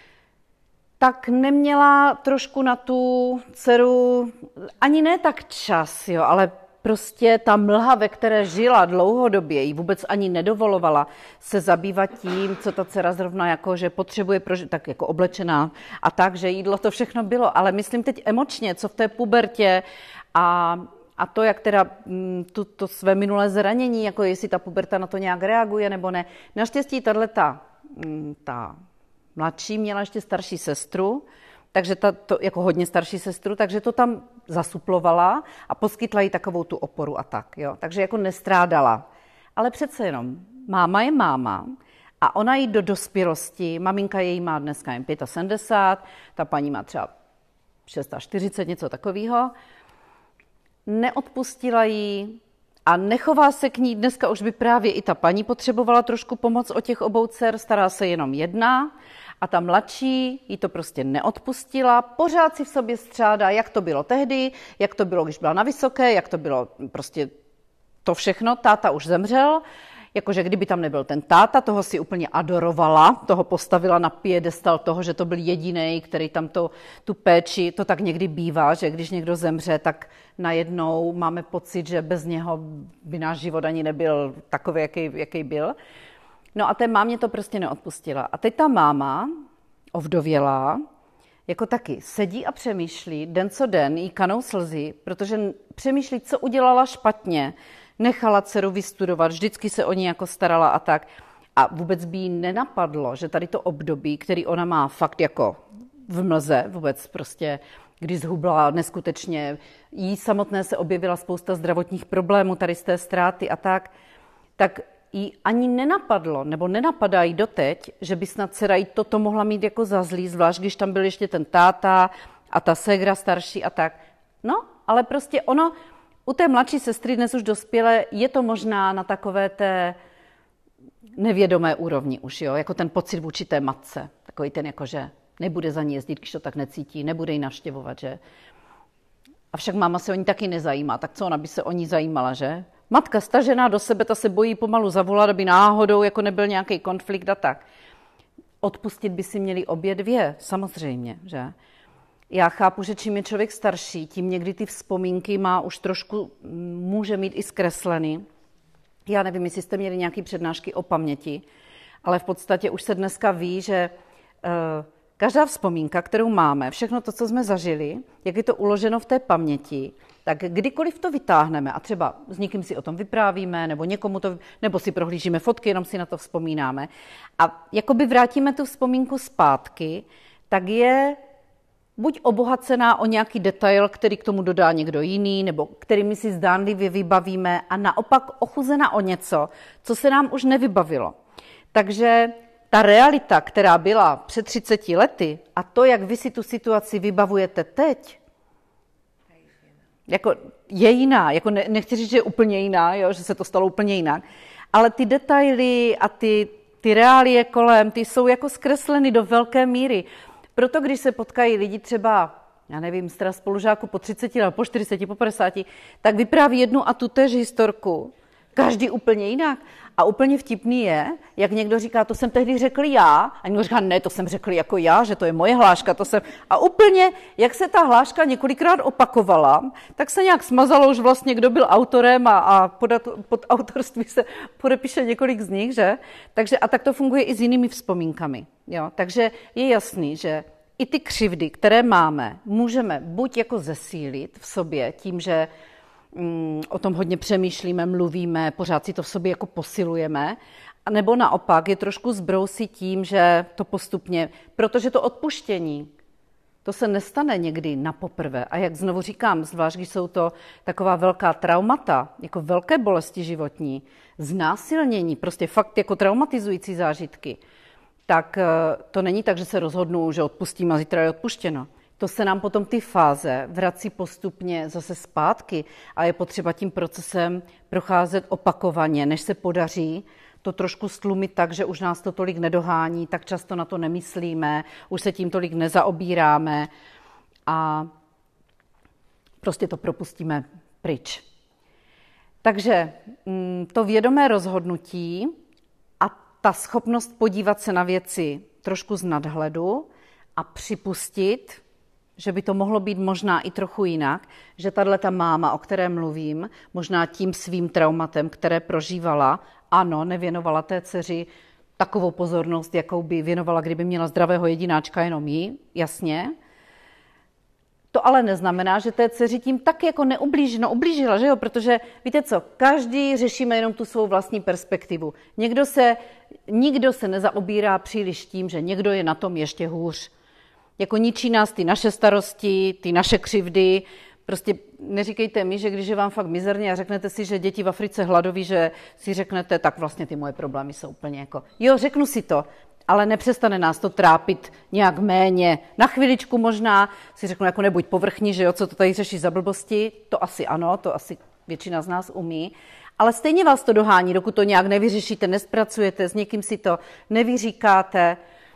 [SPEAKER 2] tak neměla trošku na tu dceru ani ne tak čas, jo, ale prostě ta mlha, ve které žila dlouhodobě, jí vůbec ani nedovolovala se zabývat tím, co ta dcera zrovna jako, že potřebuje prožít, tak jako oblečená a tak, že jídlo to všechno bylo. Ale myslím teď emočně, co v té pubertě a, a to, jak teda to, to své minulé zranění, jako jestli ta puberta na to nějak reaguje nebo ne. Naštěstí tato, ta mladší měla ještě starší sestru, takže ta, to, jako hodně starší sestru, takže to tam zasuplovala a poskytla jí takovou tu oporu a tak. Jo? Takže jako nestrádala. Ale přece jenom, máma je máma a ona jí do dospělosti, maminka její má dneska jen sedmdesát pět, ta paní má třeba čtyřicet šest, něco takového, neodpustila jí a nechová se k ní, dneska už by právě i ta paní potřebovala trošku pomoc od těch obou dcer, stará se jenom jedna, a ta mladší jí to prostě neodpustila, pořád si v sobě střádá, jak to bylo tehdy, jak to bylo, když byla na vysoké, jak to bylo prostě to všechno, táta už zemřel, Jakože kdyby tam nebyl ten táta, toho si úplně adorovala, toho postavila na piedestal toho, že to byl jediný, který tam to, tu péči, to tak někdy bývá, že když někdo zemře, tak najednou máme pocit, že bez něho by náš život ani nebyl takový, jaký, jaký byl. No a té mámě to prostě neodpustila. A teď ta máma, ovdovělá, jako taky sedí a přemýšlí, den co den jí kanou slzy, protože přemýšlí, co udělala špatně, nechala dceru vystudovat, vždycky se o ní jako starala a tak. A vůbec by jí nenapadlo, že tady to období, který ona má fakt jako v mlze, vůbec prostě, když zhubla neskutečně, jí samotné se objevila spousta zdravotních problémů tady z té ztráty a tak, tak jí ani nenapadlo, nebo nenapadá jí doteď, že by snad dcera jí toto mohla mít jako za zlý, zvlášť když tam byl ještě ten táta a ta ségra starší a tak. No, ale prostě ono, u té mladší sestry dnes už dospělé, je to možná na takové té nevědomé úrovni už, jo, jako ten pocit vůči té matce, takový ten jako, že nebude za ní jezdit, když to tak necítí, nebude ji navštěvovat, že. Avšak máma se o ní taky nezajímá, tak co ona by se o ní zajímala, že? Matka stažená do sebe, ta se bojí pomalu zavolat, aby náhodou jako nebyl nějaký konflikt a tak. Odpustit by si měli obě dvě, samozřejmě, že? Já chápu, že čím je člověk starší, tím někdy ty vzpomínky má už trošku, může mít i zkreslený. Já nevím, jestli jste měli nějaké přednášky o paměti, ale v podstatě už se dneska ví, že uh, každá vzpomínka, kterou máme, všechno to, co jsme zažili, jak je to uloženo v té paměti, tak kdykoliv to vytáhneme a třeba s někým si o tom vyprávíme, nebo někomu to, nebo si prohlížíme fotky, jenom si na to vzpomínáme a jakoby vrátíme tu vzpomínku zpátky, tak je buď obohacená o nějaký detail, který k tomu dodá někdo jiný, nebo který my si zdánlivě vybavíme a naopak ochuzena o něco, co se nám už nevybavilo. Takže ta realita, která byla před třiceti lety a to, jak vy si tu situaci vybavujete teď, jako je jiná, jako ne, nechci říct, že je úplně jiná, jo, že se to stalo úplně jinak, ale ty detaily a ty, ty reálie kolem, ty jsou jako zkresleny do velké míry. Proto když se potkají lidi třeba, já nevím, z spolužáku po třiceti, po čtyřiceti, po padesáti, tak vypráví jednu a tu též historku, každý úplně jinak. A úplně vtipný je, jak někdo říká, to jsem tehdy řekl já, a někdo říká, ne, to jsem řekl jako já, že to je moje hláška, to jsem... A úplně, jak se ta hláška několikrát opakovala, tak se nějak smazalo už vlastně, kdo byl autorem a, a pod, pod autorství se podepíše několik z nich, že? Takže, a tak to funguje i s jinými vzpomínkami. Jo? Takže je jasný, že i ty křivdy, které máme, můžeme buď jako zesílit v sobě tím, že o tom hodně přemýšlíme, mluvíme, pořád si to v sobě jako posilujeme, a nebo naopak je trošku zbrousit tím, že to postupně, protože to odpuštění, to se nestane někdy na poprvé. A jak znovu říkám, zvlášť když jsou to taková velká traumata, jako velké bolesti životní, znásilnění, prostě fakt jako traumatizující zážitky, tak to není tak, že se rozhodnu, že odpustím a zítra je odpuštěno. To se nám potom ty fáze vrací postupně zase zpátky a je potřeba tím procesem procházet opakovaně, než se podaří to trošku stlumit tak, že už nás to tolik nedohání, tak často na to nemyslíme, už se tím tolik nezaobíráme a prostě to propustíme pryč. Takže to vědomé rozhodnutí a ta schopnost podívat se na věci trošku z nadhledu a připustit, že by to mohlo být možná i trochu jinak, že tato máma, o které mluvím, možná tím svým traumatem, které prožívala, ano, nevěnovala té dceři takovou pozornost, jakou by věnovala, kdyby měla zdravého jedináčka jenom jí, jasně. To ale neznamená, že té dceři tím tak jako neublížila, no, ublížila, že jo? Protože víte co, každý řešíme jenom tu svou vlastní perspektivu. Někdo se, nikdo se nezaobírá příliš tím, že někdo je na tom ještě hůř. Jako ničí nás ty naše starosti, ty naše křivdy. Prostě neříkejte mi, že když je vám fakt mizerně a řeknete si, že děti v Africe hladoví, že si řeknete, tak vlastně ty moje problémy jsou úplně jako... Jo, řeknu si to, ale nepřestane nás to trápit nějak méně. Na chviličku možná si řeknu, jako nebuď povrchní, že jo, co to tady řeší za blbosti. To asi ano, to asi většina z nás umí. Ale stejně vás to dohání, dokud to nějak nevyřešíte, nespracujete, s někým si to nevyříkáte.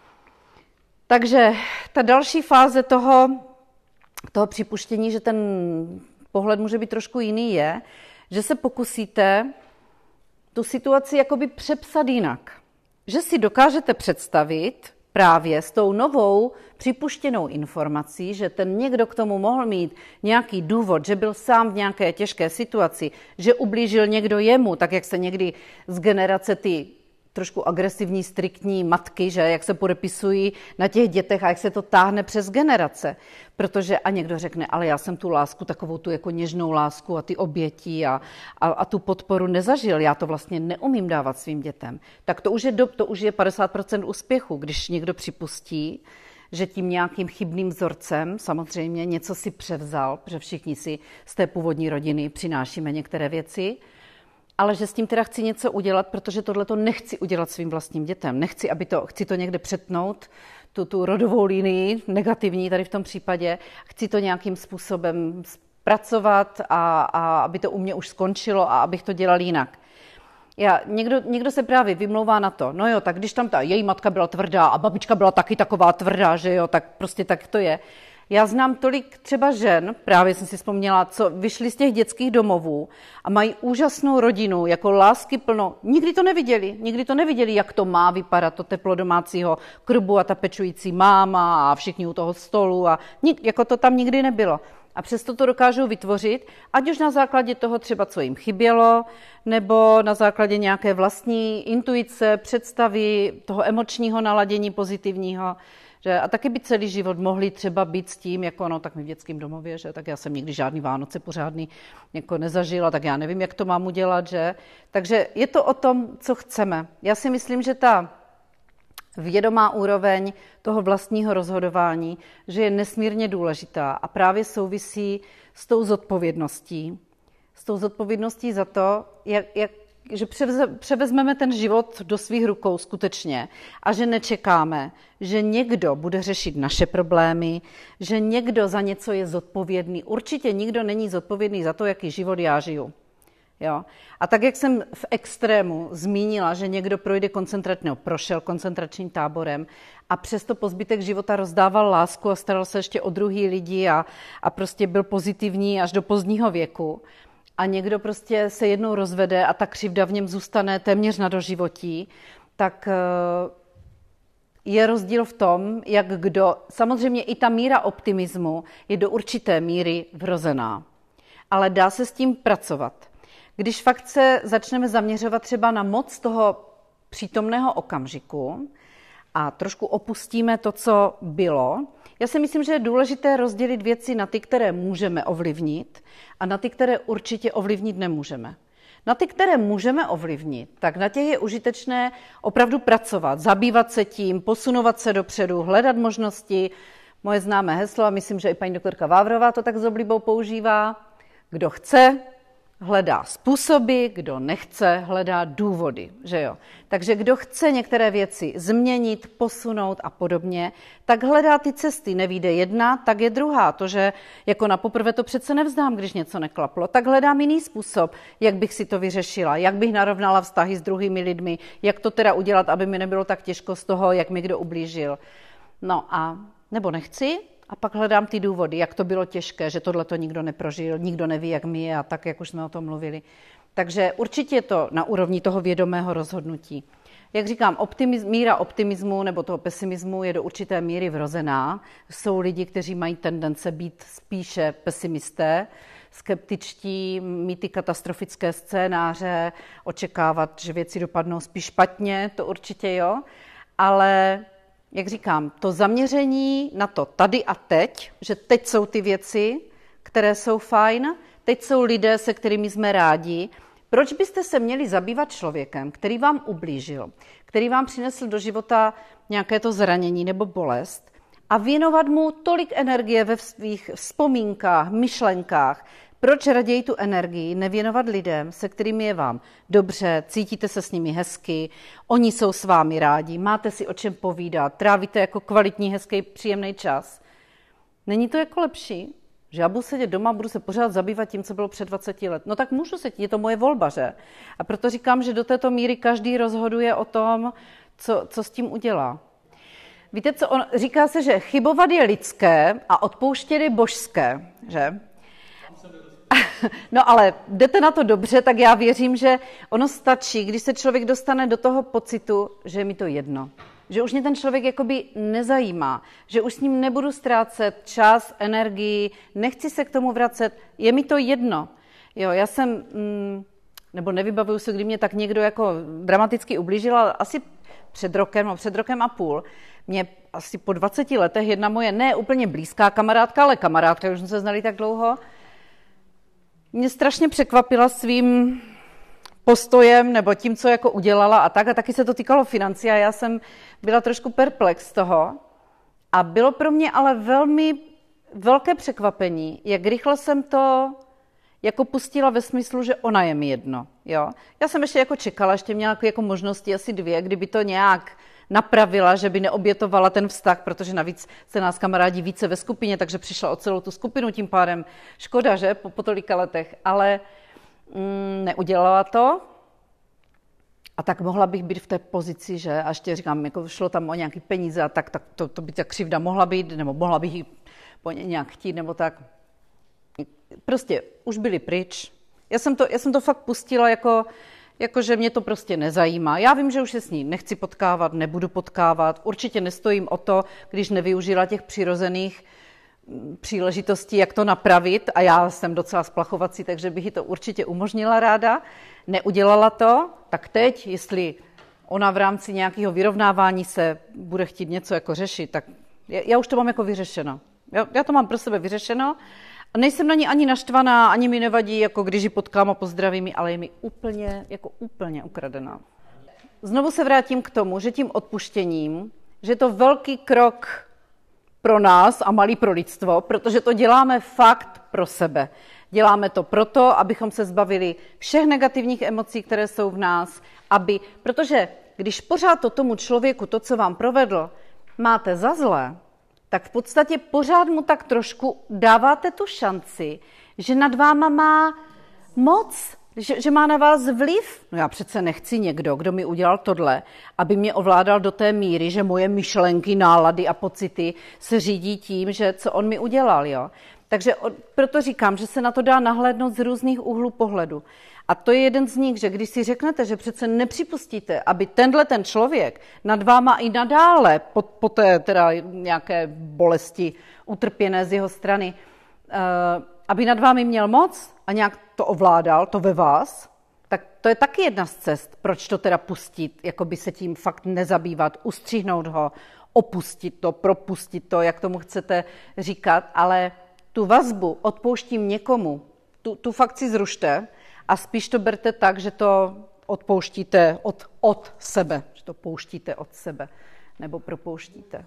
[SPEAKER 2] Takže ta další fáze toho, toho připuštění, že ten pohled může být trošku jiný, je, že se pokusíte tu situaci jakoby přepsat jinak. Že si dokážete představit právě s tou novou připuštěnou informací, že ten někdo k tomu mohl mít nějaký důvod, že byl sám v nějaké těžké situaci, že ublížil někdo jemu, tak jak se někdy z generace ty trošku agresivní, striktní matky, že jak se podepisují na těch dětech a jak se to táhne přes generace. Protože a někdo řekne, ale já jsem tu lásku, takovou tu jako něžnou lásku a ty oběti a, a, a tu podporu nezažil, já to vlastně neumím dávat svým dětem. Tak to už je, do, to už je padesát procent úspěchu, když někdo připustí, že tím nějakým chybným vzorcem samozřejmě něco si převzal, protože všichni si z té původní rodiny přinášíme některé věci, ale že s tím teda chci něco udělat, protože tohle to nechci udělat svým vlastním dětem. Nechci, aby to, chci to někde přetnout, tu, tu rodovou linii, negativní tady v tom případě. Chci to nějakým způsobem zpracovat a, a aby to u mě už skončilo a abych to dělal jinak. Já, někdo, někdo se právě vymlouvá na to, no jo, tak když tam ta její matka byla tvrdá a babička byla taky taková tvrdá, že jo, tak prostě tak to je. Já znám tolik třeba žen, právě jsem si vzpomněla, co vyšly z těch dětských domovů a mají úžasnou rodinu, jako lásky plno. Nikdy to neviděli, nikdy to neviděli, jak to má vypadat, to teplo domácího krubu a ta pečující máma a všichni u toho stolu a nik, jako to tam nikdy nebylo. A přesto to dokážou vytvořit, ať už na základě toho třeba, co jim chybělo, nebo na základě nějaké vlastní intuice, představy, toho emočního naladění pozitivního. Že, a taky by celý život mohli třeba být s tím, jako no, tak my v dětském domově, že tak já jsem nikdy žádný Vánoce pořádný jako nezažila, tak já nevím, jak to mám udělat, že. Takže je to o tom, co chceme. Já si myslím, že ta vědomá úroveň toho vlastního rozhodování, že je nesmírně důležitá a právě souvisí s tou zodpovědností. S tou zodpovědností za to, jak, jak že převezmeme ten život do svých rukou skutečně a že nečekáme, že někdo bude řešit naše problémy, že někdo za něco je zodpovědný. Určitě nikdo není zodpovědný za to, jaký život já žiju. Jo? A tak, jak jsem v extrému zmínila, že někdo projde koncentračním, no, prošel koncentračním táborem a přesto po zbytek života rozdával lásku a staral se ještě o druhý lidi a, a prostě byl pozitivní až do pozdního věku, a někdo prostě se jednou rozvede a ta křivda v něm zůstane téměř na doživotí, tak je rozdíl v tom, jak kdo, samozřejmě i ta míra optimismu je do určité míry vrozená, ale dá se s tím pracovat. Když fakt se začneme zaměřovat třeba na moc toho přítomného okamžiku a trošku opustíme to, co bylo, já si myslím, že je důležité rozdělit věci na ty, které můžeme ovlivnit a na ty, které určitě ovlivnit nemůžeme. Na ty, které můžeme ovlivnit, tak na těch je užitečné opravdu pracovat, zabývat se tím, posunovat se dopředu, hledat možnosti. Moje známé heslo, a myslím, že i paní doktorka Vávrová to tak s oblibou používá, kdo chce, hledá způsoby, kdo nechce, hledá důvody, že jo. Takže kdo chce některé věci změnit, posunout a podobně, tak hledá ty cesty. Nevíde jedna, tak je druhá. To, že jako na poprvé to přece nevzdám, když něco neklaplo, tak hledám jiný způsob, jak bych si to vyřešila, jak bych narovnala vztahy s druhými lidmi, jak to teda udělat, aby mi nebylo tak těžko z toho, jak mi kdo ublížil. No a nebo nechci, a pak hledám ty důvody, jak to bylo těžké, že tohle to nikdo neprožil, nikdo neví, jak my je a tak, jak už jsme o tom mluvili. Takže určitě je to na úrovni toho vědomého rozhodnutí. Jak říkám, optimiz, míra optimismu nebo toho pesimismu je do určité míry vrozená. Jsou lidi, kteří mají tendence být spíše pesimisté, skeptičtí, mít ty katastrofické scénáře, očekávat, že věci dopadnou spíš špatně, to určitě jo, ale jak říkám, to zaměření na to tady a teď, že teď jsou ty věci, které jsou fajn, teď jsou lidé, se kterými jsme rádi. Proč byste se měli zabývat člověkem, který vám ublížil, který vám přinesl do života nějaké to zranění nebo bolest a věnovat mu tolik energie ve svých vzpomínkách, myšlenkách? Proč raději tu energii nevěnovat lidem, se kterými je vám dobře, cítíte se s nimi hezky, oni jsou s vámi rádi, máte si o čem povídat, trávíte jako kvalitní, hezký, příjemný čas? Není to jako lepší? Že já budu sedět doma, budu se pořád zabývat tím, co bylo před dvaceti let. No tak můžu se, je to moje volba, že? A proto říkám, že do této míry každý rozhoduje o tom, co, co s tím udělá. Víte co, on, říká se, že chybovat je lidské a odpouštět je božské, že? No ale jdete na to dobře, tak já věřím, že ono stačí, když se člověk dostane do toho pocitu, že je mi to jedno. Že už mě ten člověk jakoby nezajímá, že už s ním nebudu ztrácet čas, energii, nechci se k tomu vracet, je mi to jedno. Jo, já jsem, mm, nebo nevybavuju se, kdy mě tak někdo jako dramaticky ublížil, ale asi před rokem, no před rokem a půl, mě asi po dvaceti letech jedna moje ne úplně blízká kamarádka, ale kamarádka, už jsme se znali tak dlouho, mě strašně překvapila svým postojem nebo tím, co jako udělala a tak. A taky se to týkalo financí a já jsem byla trošku perplex z toho. A bylo pro mě ale velmi velké překvapení, jak rychle jsem to jako pustila ve smyslu, že ona je mi jedno. Jo? Já jsem ještě jako čekala, ještě měla jako možnosti asi dvě, kdyby to nějak napravila, že by neobětovala ten vztah, protože navíc se nás kamarádi více ve skupině, takže přišla o celou tu skupinu, tím pádem škoda, že, po, po tolika letech, ale mm, neudělala to. A tak mohla bych být v té pozici, že, a ještě říkám, jako šlo tam o nějaké peníze a tak, tak to, to by ta křivda mohla být, nebo mohla bych ji po ně nějak chtít, nebo tak. Prostě už byli pryč. Já jsem to, já jsem to fakt pustila jako, jako, že mě to prostě nezajímá. Já vím, že už se s ní nechci potkávat, nebudu potkávat. Určitě nestojím o to, když nevyužila těch přirozených příležitostí, jak to napravit. A já jsem docela splachovací, takže bych ji to určitě umožnila ráda. Neudělala to, tak teď, jestli ona v rámci nějakého vyrovnávání se bude chtít něco jako řešit, tak já už to mám jako vyřešeno. Já, já to mám pro sebe vyřešeno. A nejsem na ní ani naštvaná, ani mi nevadí, jako když ji potkám a pozdravím ji, ale je mi úplně, jako úplně ukradená. Znovu se vrátím k tomu, že tím odpuštěním, že je to velký krok pro nás a malý pro lidstvo, protože to děláme fakt pro sebe. Děláme to proto, abychom se zbavili všech negativních emocí, které jsou v nás, aby, protože když pořád to tomu člověku, to, co vám provedl, máte za zlé, tak v podstatě pořád mu tak trošku dáváte tu šanci, že nad váma má moc, že, že má na vás vliv. No já přece nechci někdo, kdo mi udělal tohle, aby mě ovládal do té míry, že moje myšlenky, nálady a pocity se řídí tím, že co on mi udělal. Jo? Takže proto říkám, že se na to dá nahlédnout z různých úhlů pohledu. A to je jeden z nich, že když si řeknete, že přece nepřipustíte, aby tenhle ten člověk nad váma i nadále, po, po té teda nějaké bolesti utrpěné z jeho strany, uh, aby nad vámi měl moc a nějak to ovládal, to ve vás, tak to je taky jedna z cest, proč to teda pustit, jako by se tím fakt nezabývat, ustřihnout ho, opustit to, propustit to, jak tomu chcete říkat, ale tu vazbu odpouštím někomu, tu, tu fakt si zrušte, a spíš to berte tak, že to odpouštíte od, od sebe, že to pouštíte od sebe, nebo propouštíte.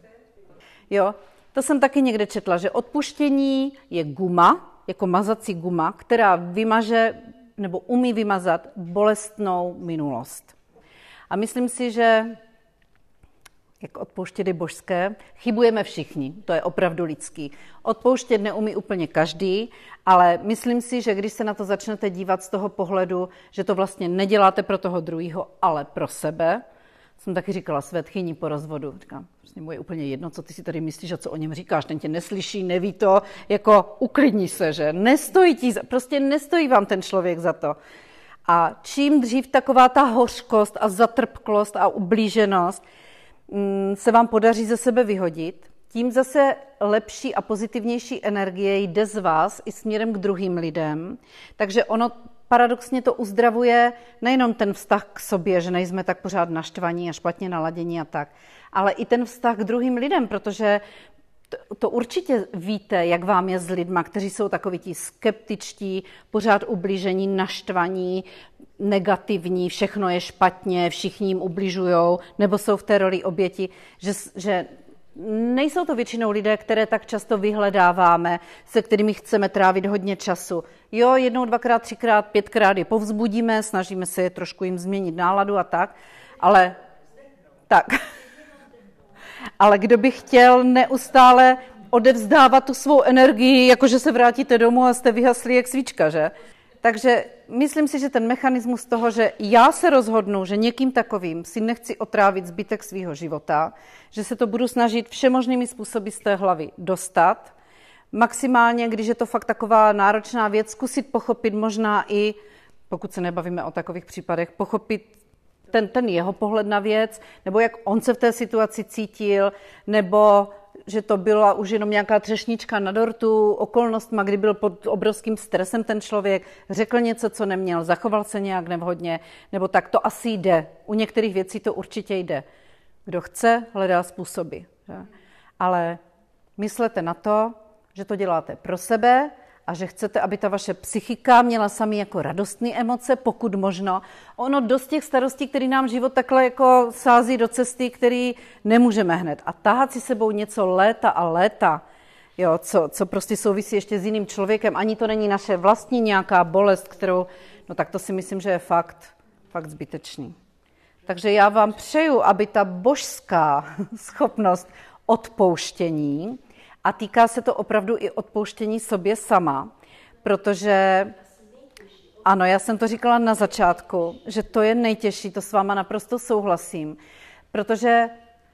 [SPEAKER 2] Jo, to jsem taky někde četla, že odpuštění je guma, jako mazací guma, která vymaže, nebo umí vymazat bolestnou minulost. A myslím si, že jak odpouštět je božské, chybujeme všichni, to je opravdu lidský. Odpouštět neumí úplně každý, ale myslím si, že když se na to začnete dívat z toho pohledu, že to vlastně neděláte pro toho druhého, ale pro sebe, jsem taky říkala své tchyni po rozvodu, říkám, vlastně mu je úplně jedno, co ty si tady myslíš a co o něm říkáš, ten tě neslyší, neví to, jako uklidni se, že nestojí ti, prostě nestojí vám ten člověk za to. A čím dřív taková ta hořkost a zatrpklost a ublíženost se vám podaří ze sebe vyhodit, tím zase lepší a pozitivnější energie jde z vás i směrem k druhým lidem. Takže ono paradoxně to uzdravuje nejenom ten vztah k sobě, že nejsme tak pořád naštvaní a špatně naladění a tak, ale i ten vztah k druhým lidem, protože to, to určitě víte, jak vám je s lidma, kteří jsou takoví ti skeptičtí, pořád ublížení, naštvaní, negativní, všechno je špatně, všichni jim ubližujou, nebo jsou v té roli oběti, že, že nejsou to většinou lidé, které tak často vyhledáváme, se kterými chceme trávit hodně času. Jo, jednou, dvakrát, třikrát, pětkrát je povzbudíme, snažíme se je trošku jim změnit náladu a tak, ale tak. Ale kdo by chtěl neustále odevzdávat tu svou energii, jakože se vrátíte domů a jste vyhaslí jak svíčka, že? Takže myslím si, že ten mechanismus toho, že já se rozhodnu, že někým takovým si nechci otrávit zbytek svého života, že se to budu snažit všemožnými způsoby z té hlavy dostat, maximálně, když je to fakt taková náročná věc, zkusit pochopit možná i, pokud se nebavíme o takových případech, pochopit ten, ten jeho pohled na věc, nebo jak on se v té situaci cítil, nebo že to byla už jenom nějaká třešnička na dortu, okolnostma, kdy byl pod obrovským stresem ten člověk, řekl něco, co neměl, zachoval se nějak nevhodně, nebo tak to asi jde. U některých věcí to určitě jde. Kdo chce, hledá způsoby. Že? Ale myslete na to, že to děláte pro sebe a že chcete, aby ta vaše psychika měla sami jako radostné emoce, pokud možno. Ono dost těch starostí, který nám život takhle jako sází do cesty, který nemůžeme hned. A tahat si sebou něco léta a léta, jo, co, co prostě souvisí ještě s jiným člověkem, ani to není naše vlastní nějaká bolest, kterou, no tak to si myslím, že je fakt, fakt zbytečný. Takže já vám přeju, aby ta božská schopnost odpouštění, a týká se to opravdu i odpouštění sobě sama, protože, ano, já jsem to říkala na začátku, že to je nejtěžší, to s váma naprosto souhlasím, protože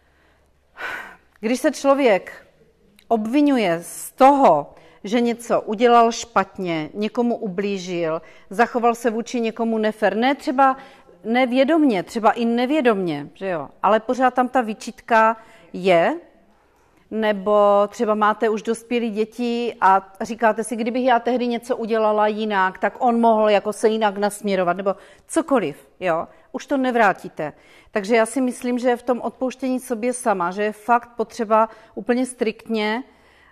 [SPEAKER 2] když se člověk obvinuje z toho, že něco udělal špatně, někomu ublížil, zachoval se vůči někomu nefér, ne třeba nevědomně, třeba i nevědomně, že jo, ale pořád tam ta výčitka je, nebo třeba máte už dospělé děti a říkáte si, kdybych já tehdy něco udělala jinak, tak on mohl jako se jinak nasměrovat, nebo cokoliv, jo, už to nevrátíte. Takže já si myslím, že v tom odpouštění sobě sama, že je fakt potřeba úplně striktně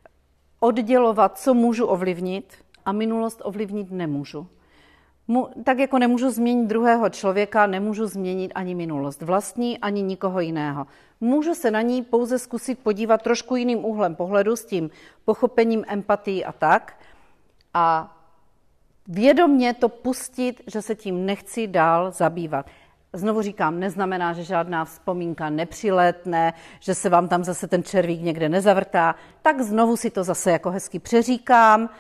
[SPEAKER 2] oddělovat, co můžu ovlivnit a minulost ovlivnit nemůžu. Mu, tak jako nemůžu změnit druhého člověka, nemůžu změnit ani minulost vlastní, ani nikoho jiného. Můžu se na ní pouze zkusit podívat trošku jiným úhlem pohledu s tím pochopením, empatií a tak. A vědomně to pustit, že se tím nechci dál zabývat. Znovu říkám, neznamená, že žádná vzpomínka nepřilétne, že se vám tam zase ten červík někde nezavrtá. Tak znovu si to zase jako hezky přeříkám,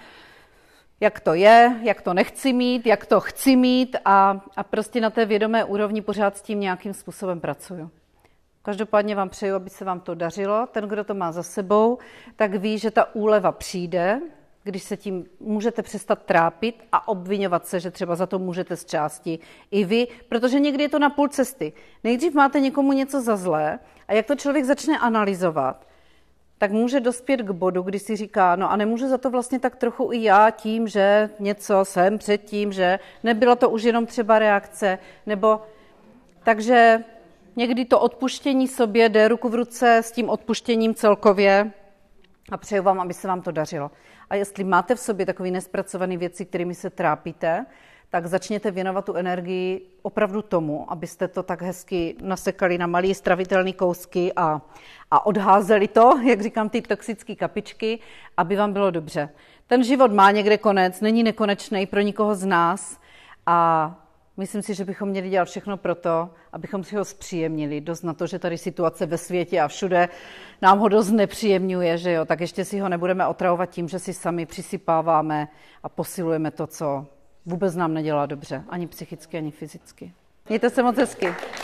[SPEAKER 2] jak to je, jak to nechci mít, jak to chci mít a, a prostě na té vědomé úrovni pořád s tím nějakým způsobem pracuju. Každopádně vám přeju, aby se vám to dařilo. Ten, kdo to má za sebou, tak ví, že ta úleva přijde, když se tím můžete přestat trápit a obvinovat se, že třeba za to můžete z části i vy, protože někdy je to na půl cesty. Nejdřív máte někomu něco za zlé a jak to člověk začne analyzovat, tak může dospět k bodu, kdy si říká, no a nemůžu za to vlastně tak trochu i já tím, že něco jsem předtím, že nebyla to už jenom třeba reakce, nebo takže někdy to odpuštění sobě jde ruku v ruce s tím odpuštěním celkově a přeju vám, aby se vám to dařilo. A jestli máte v sobě takové nespracované věci, kterými se trápíte, tak začněte věnovat tu energii opravdu tomu, abyste to tak hezky nasekali na malé stravitelné kousky a, a odházeli to, jak říkám, ty toxické kapičky, aby vám bylo dobře. Ten život má někde konec, není nekonečný pro nikoho z nás a myslím si, že bychom měli dělat všechno pro to, abychom si ho zpříjemnili. Dost na to, že tady situace ve světě a všude nám ho dost nepříjemňuje, že jo, tak ještě si ho nebudeme otravovat tím, že si sami přisypáváme a posilujeme to, co vůbec nám nedělá dobře, ani psychicky, ani fyzicky. Mějte se moc hezky.